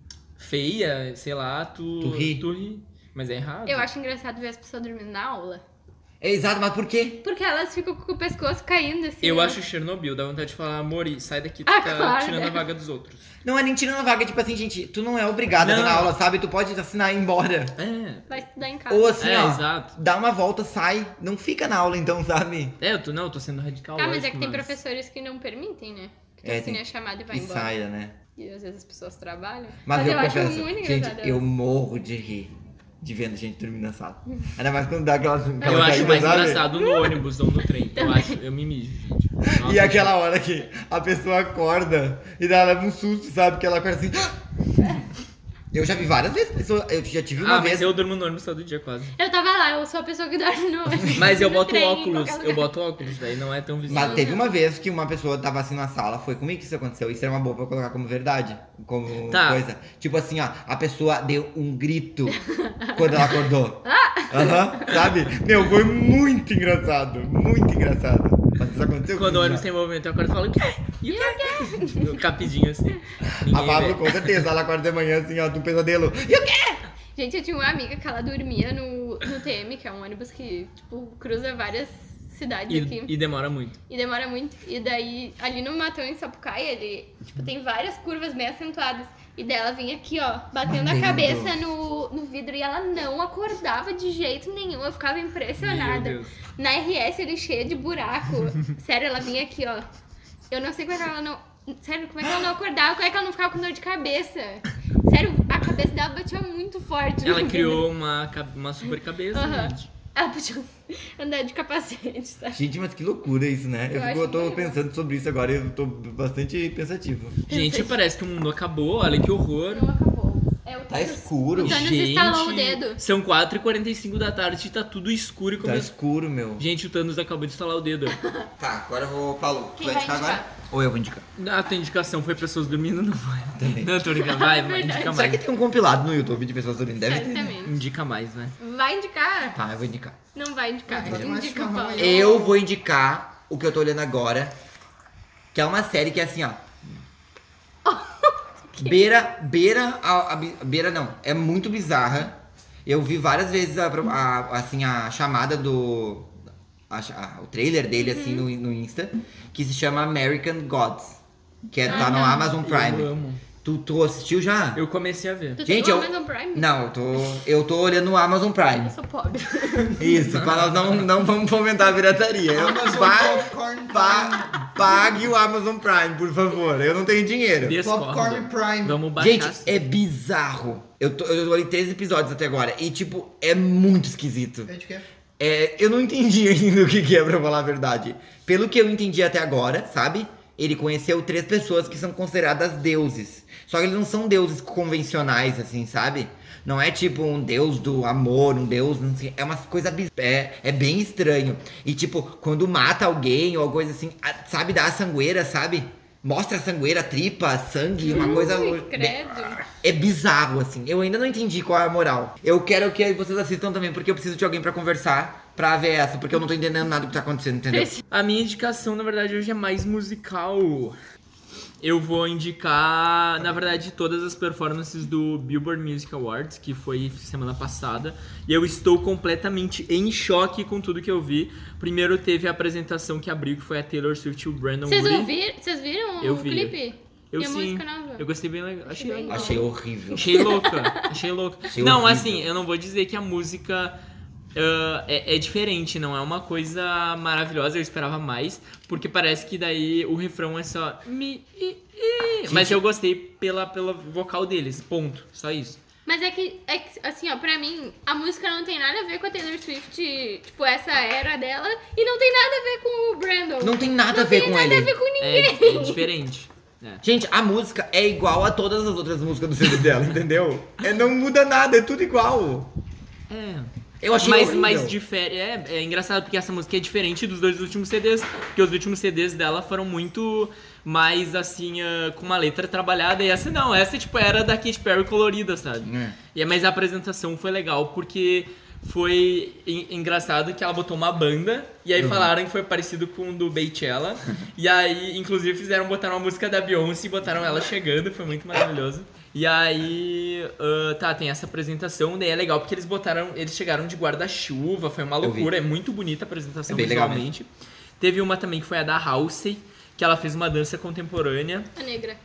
S2: feia, sei lá, tu.
S1: Tu ri?
S2: Tu ri. Mas é errado.
S3: Eu acho engraçado ver as pessoas dormindo na aula.
S1: É exato, mas por quê?
S3: Porque elas ficam com o pescoço caindo assim.
S2: Eu
S3: ó.
S2: acho Chernobyl, dá vontade de falar, Mori, sai daqui, tu
S3: Ah,
S2: tá
S3: claro.
S2: tirando a vaga dos outros.
S1: Não é nem tirando a vaga, tipo assim, gente, tu não é obrigado a ir
S2: Não.
S1: na aula, sabe? Tu pode assinar e ir embora.
S2: É.
S3: Vai estudar em casa.
S1: Ou assim,
S2: É,
S1: ó,
S2: exato.
S1: dá uma volta, sai, não fica na aula então, sabe?
S2: É, eu tô, não, eu tô sendo radical.
S3: Ah, mas é
S2: lógico,
S3: que tem professores que não permitem, né? Que tu
S1: É,
S3: assina
S1: tem-
S3: a chamada e vai
S1: E
S3: embora.
S1: saia, né?
S3: E às vezes as pessoas trabalham.
S1: Mas, eu,
S3: eu acho
S1: confesso,
S3: muito
S1: gente,
S3: engraçado.
S1: eu morro de rir de vendo gente dormir na sala. Ainda mais quando dá aquelas...
S2: Eu
S1: aquela
S2: acho
S1: caída,
S2: mais
S1: sabe?
S2: engraçado no ônibus ou no trem. Eu acho, eu me mijo, gente. Nossa,
S1: E aquela hora que a pessoa acorda e dá ela um susto, sabe? Que ela acorda assim... Eu já vi várias vezes pessoas... Eu já tive uma
S2: Ah,
S1: vez...
S2: mas eu durmo no ônibus todo dia quase.
S3: Eu tava lá, eu sou a pessoa que dorme no
S2: Mas eu
S3: no
S2: boto
S3: trem, em
S2: óculos,
S3: qualquer
S2: eu
S3: lugar.
S2: boto óculos, daí não é tão visível.
S1: Mas teve uma vez que uma pessoa tava assim na sala, foi comigo que isso aconteceu. Isso era uma boa pra colocar como verdade, como
S2: Tá.
S1: coisa. Tipo assim, ó, a pessoa deu um grito quando ela acordou.
S3: Ah!
S1: Aham, sabe? Meu, foi muito engraçado, muito engraçado. Mas isso aconteceu
S2: Quando o
S1: comigo
S2: ônibus
S1: já.
S2: tem movimento, eu acordo e falo, o quê? E o quê? Capidinho assim.
S1: A
S2: Ninguém
S1: Pablo,
S2: vê.
S1: com certeza, ela acorda de manhã assim, ó, de um pesadelo. E o quê?
S3: Gente, eu tinha uma amiga que ela dormia no, no T M, que é um ônibus que, tipo, cruza várias cidades aqui.
S2: E, e demora muito.
S3: E demora muito. E daí, ali no Matão, em Sapucaia, ele, tipo, tem várias curvas bem acentuadas. E daí ela vinha aqui, ó, batendo a
S1: Batendo.
S3: cabeça no, no vidro. E ela não acordava de jeito nenhum. Eu ficava impressionada.
S2: Meu Deus.
S3: Na R S, ele cheio de buraco. Sério, ela vinha aqui, ó. Eu não sei como é que ela não... Sério, como é que ela não acordava? Como é que ela não ficava com dor de cabeça? Sério, a cabeça dela batia muito forte. no
S2: Ela
S3: vidro.
S2: criou uma, ca- uma super cabeça,
S3: Aham.
S2: gente.
S3: Ela podia andar de capacete, sabe?
S1: Gente, mas que loucura isso, né? Eu,
S3: Eu
S1: fico-
S3: acho
S1: eu tô
S3: legal.
S1: pensando sobre isso agora e eu tô bastante pensativo.
S2: Gente, parece que o mundo acabou, olha que horror.
S3: Não acabou. É o
S1: Tá
S3: Thanos-
S1: escuro.
S3: O Thanos
S2: Gente,
S3: estalou o dedo.
S2: são quatro e quarenta e cinco da tarde e tá tudo escuro e
S1: Tá
S2: começa...
S1: escuro, meu.
S2: Gente, o Thanos acabou de estalar o dedo.
S1: Tá, agora eu vou... Paulo, tu
S3: Quem
S1: vai
S3: vai
S1: indicar agora?
S3: indicar?
S1: Ou eu vou indicar?
S2: A tua indicação foi pessoas dormindo, não foi?
S1: Também.
S2: Não, tô brincando. Vai,
S3: É
S2: vai,
S3: verdade.
S2: indica
S1: Será
S2: mais.
S1: que tem um compilado no YouTube de pessoas dormindo? Deve ter. né?
S3: Certamente.
S2: Indica mais, né?
S3: Vai indicar?
S1: Tá, eu vou indicar.
S3: Não vai indicar.
S4: Pode mais
S3: Indica o
S4: chimarrão
S3: Paulo.
S4: aí.
S1: Eu vou indicar o que eu tô olhando agora, que é uma série que é assim, ó. Beira, beira, a, a, beira não, é muito bizarra. Eu vi várias vezes a, a- assim, a chamada do... a- a- o trailer dele, assim, no, no Insta, que se chama American Gods, que é, tá no
S3: Ah,
S1: Amazon Prime.
S2: Eu amo.
S1: Tu, tu assistiu já?
S2: Eu comecei a ver.
S3: Tu
S1: Gente,
S3: tem o
S1: eu-
S3: Amazon Prime?
S1: Não, eu tô, eu tô olhando o Amazon Prime.
S3: Eu sou pobre.
S1: Isso, pra nós não, não vamos fomentar a pirataria. Eu,
S4: Amazon
S1: pa-
S4: Popcorn
S1: pa- pague o Amazon Prime, por favor. Eu não tenho dinheiro.
S2: Discord.
S4: Popcorn Prime.
S2: Vamos baixar.
S1: Gente, é bizarro. Eu, tô, eu olhei três episódios até agora e, tipo, é muito esquisito.
S4: É de quê?
S1: É, eu não entendi ainda o que, que é, pra falar a verdade. Pelo que eu entendi até agora, sabe? Ele conheceu três pessoas que são consideradas deuses. Só que eles não são deuses convencionais, assim, sabe? Não é tipo um deus do amor, um deus, não sei. É uma coisa biz... é, é bem estranho. E tipo, quando mata alguém ou coisa assim, a- sabe, dá a sangueira, sabe? Mostra a sangueira, tripa, sangue, uma coisa.
S3: Ui, credo.
S1: É bizarro, assim. Eu ainda não entendi qual é a moral. Eu quero que vocês assistam também, porque eu preciso de alguém pra conversar pra ver essa, porque eu não tô entendendo nada do que tá acontecendo, entendeu?
S2: A minha indicação, na verdade, hoje é mais musical. Eu vou indicar, na verdade, todas as performances do Billboard Music Awards, que foi semana passada. E eu estou completamente em choque com tudo que eu vi. Primeiro teve a apresentação que abriu, que foi a Taylor Swift e o Brandon
S3: Vocês
S2: Woody.
S3: ouviram? Vocês viram
S2: Eu
S3: o
S2: vi.
S3: clipe?
S2: Eu
S3: e a
S2: sim,
S3: música nova?
S2: eu gostei bem legal. Achei
S3: bem
S2: legal.
S1: Achei horrível.
S2: Achei louca, achei louca.
S1: Achei
S2: não,
S1: horrível.
S2: assim, eu não vou dizer que a música ah, é, é diferente, não é uma coisa maravilhosa, eu esperava mais, porque parece que daí o refrão é só mi, i, i. Mas eu gostei pela, pela vocal deles, ponto, só isso.
S3: Mas é que, é que, assim, ó, pra mim, a música não tem nada a ver com a Taylor Swift, tipo, essa era dela, e não tem nada a ver com o Brandon.
S1: Não tem nada
S3: Não
S1: a ver
S3: tem
S1: com
S3: nada
S1: ele.
S3: a ver com ninguém.
S2: É, é diferente. É.
S1: Gente, a música é igual a todas as outras músicas do C D dela, entendeu? É, não muda nada, é tudo igual.
S2: É.
S1: Eu achei
S2: mas,
S1: horrível.
S2: mas difere, é, é engraçado porque essa música é diferente dos dois últimos C Ds, porque os últimos C Ds dela foram muito mais assim, ah, com uma letra trabalhada, e essa não, essa tipo era da Katy Perry colorida, sabe?
S1: É.
S2: E, mas a apresentação foi legal porque foi en- engraçado que ela botou uma banda, e aí
S1: Uhum.
S2: falaram que foi parecido com o do Beychella, e aí inclusive fizeram botar uma música da Beyoncé e botaram ela chegando, foi muito maravilhoso. E aí, ah, tá, tem essa apresentação, daí é legal porque eles botaram, eles chegaram de guarda-chuva, foi uma
S1: Eu vi.
S2: loucura, é muito bonita a apresentação
S1: É bem legal
S2: visualmente. Teve uma também que foi a da Halsey, que ela fez uma dança contemporânea.
S3: A negra.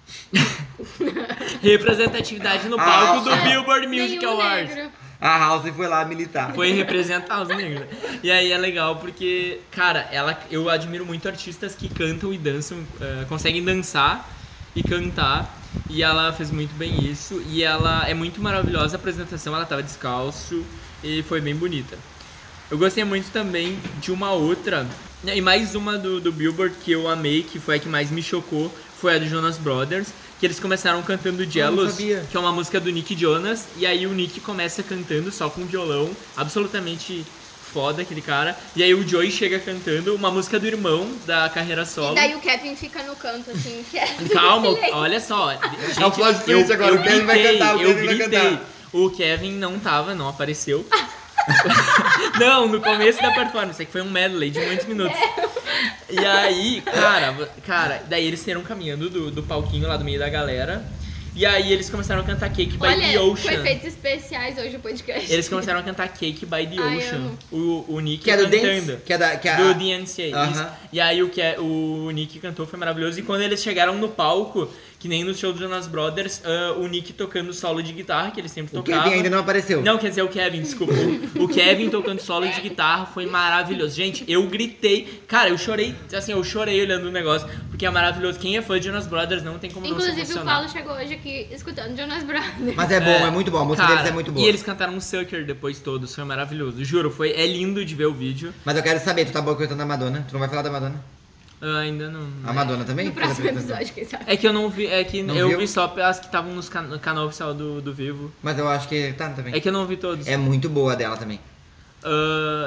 S2: Representatividade no
S1: Ah,
S2: palco do
S1: ah,
S2: Billboard Music
S3: Nenhum
S2: Awards.
S3: negro.
S1: A House foi lá militar.
S2: Foi representar os negros. E aí é legal porque, cara, ela, eu admiro muito artistas que cantam e dançam, eh, conseguem dançar e cantar. E ela fez muito bem isso. E ela é muito maravilhosa a apresentação, ela tava descalço e foi bem bonita. Eu gostei muito também de uma outra, e mais uma do, do Billboard que eu amei, que foi a que mais me chocou, foi a do Jonas Brothers, que eles começaram cantando Jealous,
S1: sabia.
S2: que é uma música do Nick Jonas, e aí o Nick começa cantando só com violão, absolutamente foda aquele cara, e aí o Joey chega cantando uma música do irmão da carreira solo.
S3: E daí o Kevin fica no canto, assim, que é
S2: Calma,
S3: silêncio.
S2: olha só.
S1: É o plot twist agora, o Kevin vai
S2: gritei,
S1: cantar, o
S2: eu
S1: Kevin vai
S2: gritei.
S1: cantar.
S2: O Kevin não tava, não apareceu. Não, no começo da performance, é que foi um medley de muitos minutos. E aí, cara, cara, daí eles saíram caminhando do, do palquinho lá do meio da galera. E aí eles começaram a cantar Cake by the
S3: Olha, com
S2: Ocean.
S3: efeitos especiais hoje o podcast.
S2: Eles começaram a cantar Cake by the
S3: Ai,
S2: Ocean.
S3: amo.
S2: O, o Nick
S1: Que é do
S2: cantando.
S1: Dance? Que é da... Que é
S2: Do
S1: a...
S2: D N C A.
S1: Aham.
S2: isso. E aí o que é, o Nick cantou foi maravilhoso. E quando eles chegaram no palco, que nem no show do Jonas Brothers, ah, o Nick tocando solo de guitarra, que ele sempre
S1: O
S2: tocava.
S1: Kevin ainda não apareceu.
S2: Não, quer dizer, o Kevin, desculpa. O, o Kevin tocando solo de guitarra foi maravilhoso. Gente, eu gritei. Cara, eu chorei, assim, eu chorei olhando o negócio, porque é maravilhoso. Quem é fã de Jonas Brothers não tem como não se
S3: Inclusive, o
S2: emocionar.
S3: Paulo chegou hoje aqui escutando Jonas Brothers.
S1: Mas é bom, é, muito bom. A música
S2: Cara,
S1: deles é muito boa.
S2: E eles cantaram um Sucker depois todos, foi maravilhoso. Juro, foi, é lindo de ver o vídeo.
S1: Mas eu quero saber, tu tá boicotando a Madonna? Tu não vai falar da Madonna?
S2: Ah, ainda não.
S1: A Madonna também?
S3: No
S1: Fez a
S3: próximo
S1: apresentação.
S3: episódio, quem sabe.
S2: É que eu não vi, é que
S1: Não
S2: eu
S1: viu?
S2: vi só as que estavam nos can- no canal oficial do, do Vivo.
S1: Mas eu acho que tá também.
S2: É que eu não vi todos.
S1: É muito boa a dela também.
S2: Ah,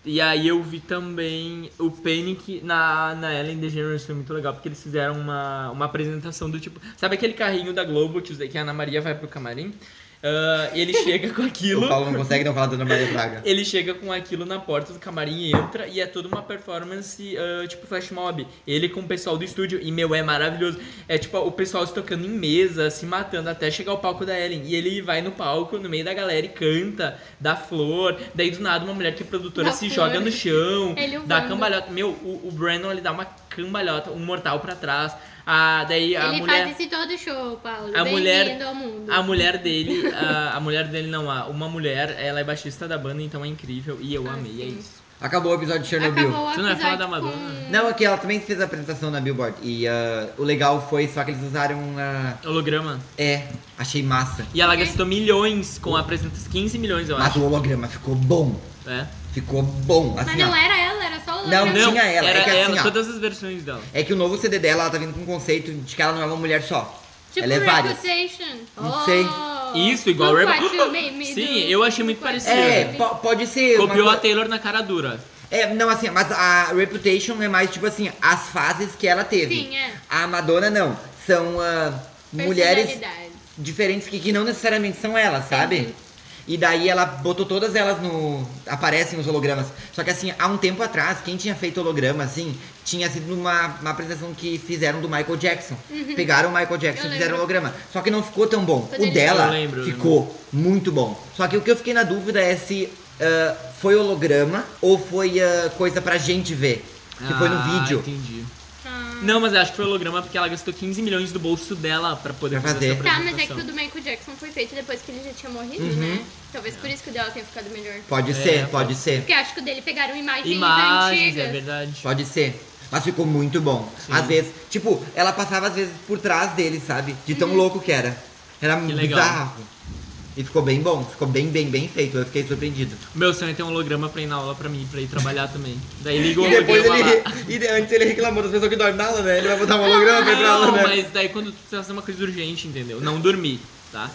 S2: E aí eu vi também o Panic na, na Ellen DeGeneres, foi muito legal, porque eles fizeram uma, uma apresentação do tipo... Sabe aquele carrinho da Globo que, que a Ana Maria vai pro camarim? Uh, ele chega com aquilo...
S1: O Paulo não consegue não falar da Ana Maria Braga.
S2: Ele chega com aquilo na porta do camarim, entra e é toda uma performance uh, tipo flash mob. Ele com o pessoal do estúdio e, meu, é maravilhoso. É tipo o pessoal se tocando em mesa, se matando até chegar ao palco da Ellen. E ele vai no palco, no meio da galera e canta, dá flor. Daí do nada uma mulher que é produtora
S3: Dá
S2: se
S3: flor.
S2: joga no chão,
S3: Ele
S2: dá
S3: voando.
S2: cambalhota. Meu, o, o Brandon ele dá uma cambalhota, um mortal pra trás. Ah, daí a
S3: Ele
S2: mulher...
S3: faz esse todo show, Paulo.
S2: A mulher-
S3: Bem-vindo ao mundo.
S2: A mulher dele, a, a mulher dele não, a, uma mulher, ela é baixista da banda, então é incrível e eu
S3: Ah,
S2: amei, é
S3: sim.
S2: isso.
S1: Acabou o episódio de Chernobyl.
S3: Acabou o
S2: Tu não é fã
S3: episódio
S2: da Madonna?
S3: com-
S1: Não, aqui ela também fez a apresentação na Billboard. E ah, o legal foi só que eles usaram. ah,
S2: Holograma.
S1: é, achei massa.
S2: E ela gastou milhões com a apresentação, quinze milhões eu
S1: Mas
S2: acho.
S1: o holograma ficou bom.
S2: É.
S1: Ficou bom.
S3: Mas
S1: Assim,
S3: não
S1: ó.
S3: era ela, era só o
S1: Não,
S3: holograma.
S1: tinha ela,
S2: era
S1: é que assim,
S2: ela,
S1: ó.
S2: todas as versões dela.
S1: É que o novo C D dela, ela tá vindo com o conceito de que ela não é uma mulher só.
S3: Tipo
S1: ela é várias.
S3: Reputation.
S1: Não
S3: Oh,
S1: sei.
S2: Isso, igual
S3: Look
S2: Rep-
S3: what you made me
S2: Sim,
S3: do.
S2: eu achei muito
S3: Look what
S2: parecido.
S3: you
S1: É,
S3: made me
S1: po- pode ser. uma
S2: Copiou a
S1: co-
S2: Taylor na cara dura.
S1: É, não, assim, mas a Reputation é mais tipo assim, as fases que ela teve.
S3: Sim, é.
S1: A Madonna não. São ah, mulheres
S3: Personalidades.
S1: diferentes que, que não necessariamente são elas, sabe?
S3: Entendi.
S1: E daí ela botou todas elas no. Aparecem os hologramas. Só que assim, há um tempo atrás, quem tinha feito holograma, assim, tinha sido uma, uma apresentação que fizeram do Michael Jackson. Pegaram o Michael Jackson
S3: Eu
S1: e fizeram
S3: lembro.
S1: holograma. Só que não ficou tão bom.
S3: Quando
S1: O
S3: ele-
S1: dela
S2: Eu lembro, eu
S1: ficou muito bom. Só que o que eu fiquei na dúvida é se ah, foi holograma ou foi ah, coisa pra gente ver. Que foi no
S2: Ah,
S1: vídeo.
S2: entendi.
S3: Ah.
S2: Não, mas eu acho que foi holograma porque ela gastou quinze milhões do bolso dela pra poder
S1: Pra
S2: fazer,
S1: fazer.
S2: essa
S3: Tá, mas é que o
S2: apresentação.
S3: do Michael Jackson foi feito depois que ele já tinha morrido,
S1: Uhum.
S3: né? Talvez por isso que o dela tenha ficado melhor.
S1: Pode
S2: É,
S1: ser,
S2: pode
S1: pode ser.
S3: Porque acho que o dele pegaram imagens,
S2: Imagens,
S3: antigas.
S2: é verdade.
S1: Pode ser. Mas ficou muito bom.
S2: Sim.
S1: Às vezes, tipo, ela passava às vezes por trás dele, sabe? De tão louco que era. Era
S2: Que legal.
S1: bizarro. E ficou bem bom, ficou bem, bem, bem feito. Eu fiquei surpreendido.
S2: Meu sonho é ter um holograma pra ir na aula pra mim, pra ir trabalhar também. Daí liga o
S1: E depois
S2: holograma
S1: ele.
S2: lá.
S1: E de- antes ele reclamou das pessoas que dormem na aula, né? Ele vai botar um holograma pra ir pra aula,
S2: Não,
S1: né?
S2: mas daí quando tu precisa fazer uma coisa urgente, entendeu? Não dormir, tá?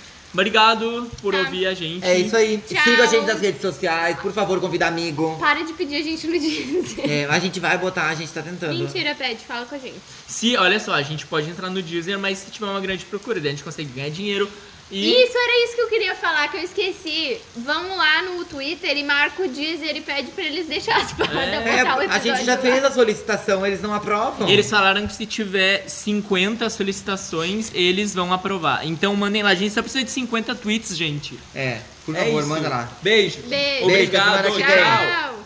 S2: Obrigado por
S3: Tá.
S2: ouvir a gente.
S1: É isso aí.
S3: Tchau.
S1: Siga a gente nas redes sociais, por favor, convida amigo.
S3: Para de pedir a gente no Deezer.
S1: É, a gente vai botar, a gente tá tentando.
S3: Mentira, pede, fala com a gente.
S2: Se, olha só, a gente pode entrar no Deezer, mas se tiver uma grande procura, daí a gente consegue ganhar dinheiro. E
S3: Isso, era isso que eu queria falar, que eu esqueci. Vamos lá no Twitter e marca o Deezer e pede pra eles deixarem as paradas,
S2: É,
S1: É,
S3: botar o episódio
S1: a gente já
S3: lá.
S1: fez a solicitação, eles não aprovam.
S2: eles falaram que se tiver cinquenta solicitações, eles vão aprovar. Então mandem lá, a gente só precisa de cinquenta tweets, gente.
S1: É, por
S2: É
S1: favor,
S2: isso.
S1: manda lá.
S2: Beijo.
S3: Beijo.
S2: Obrigado.
S1: Beijo, até semana que vem.
S2: Tchau.
S3: Tchau.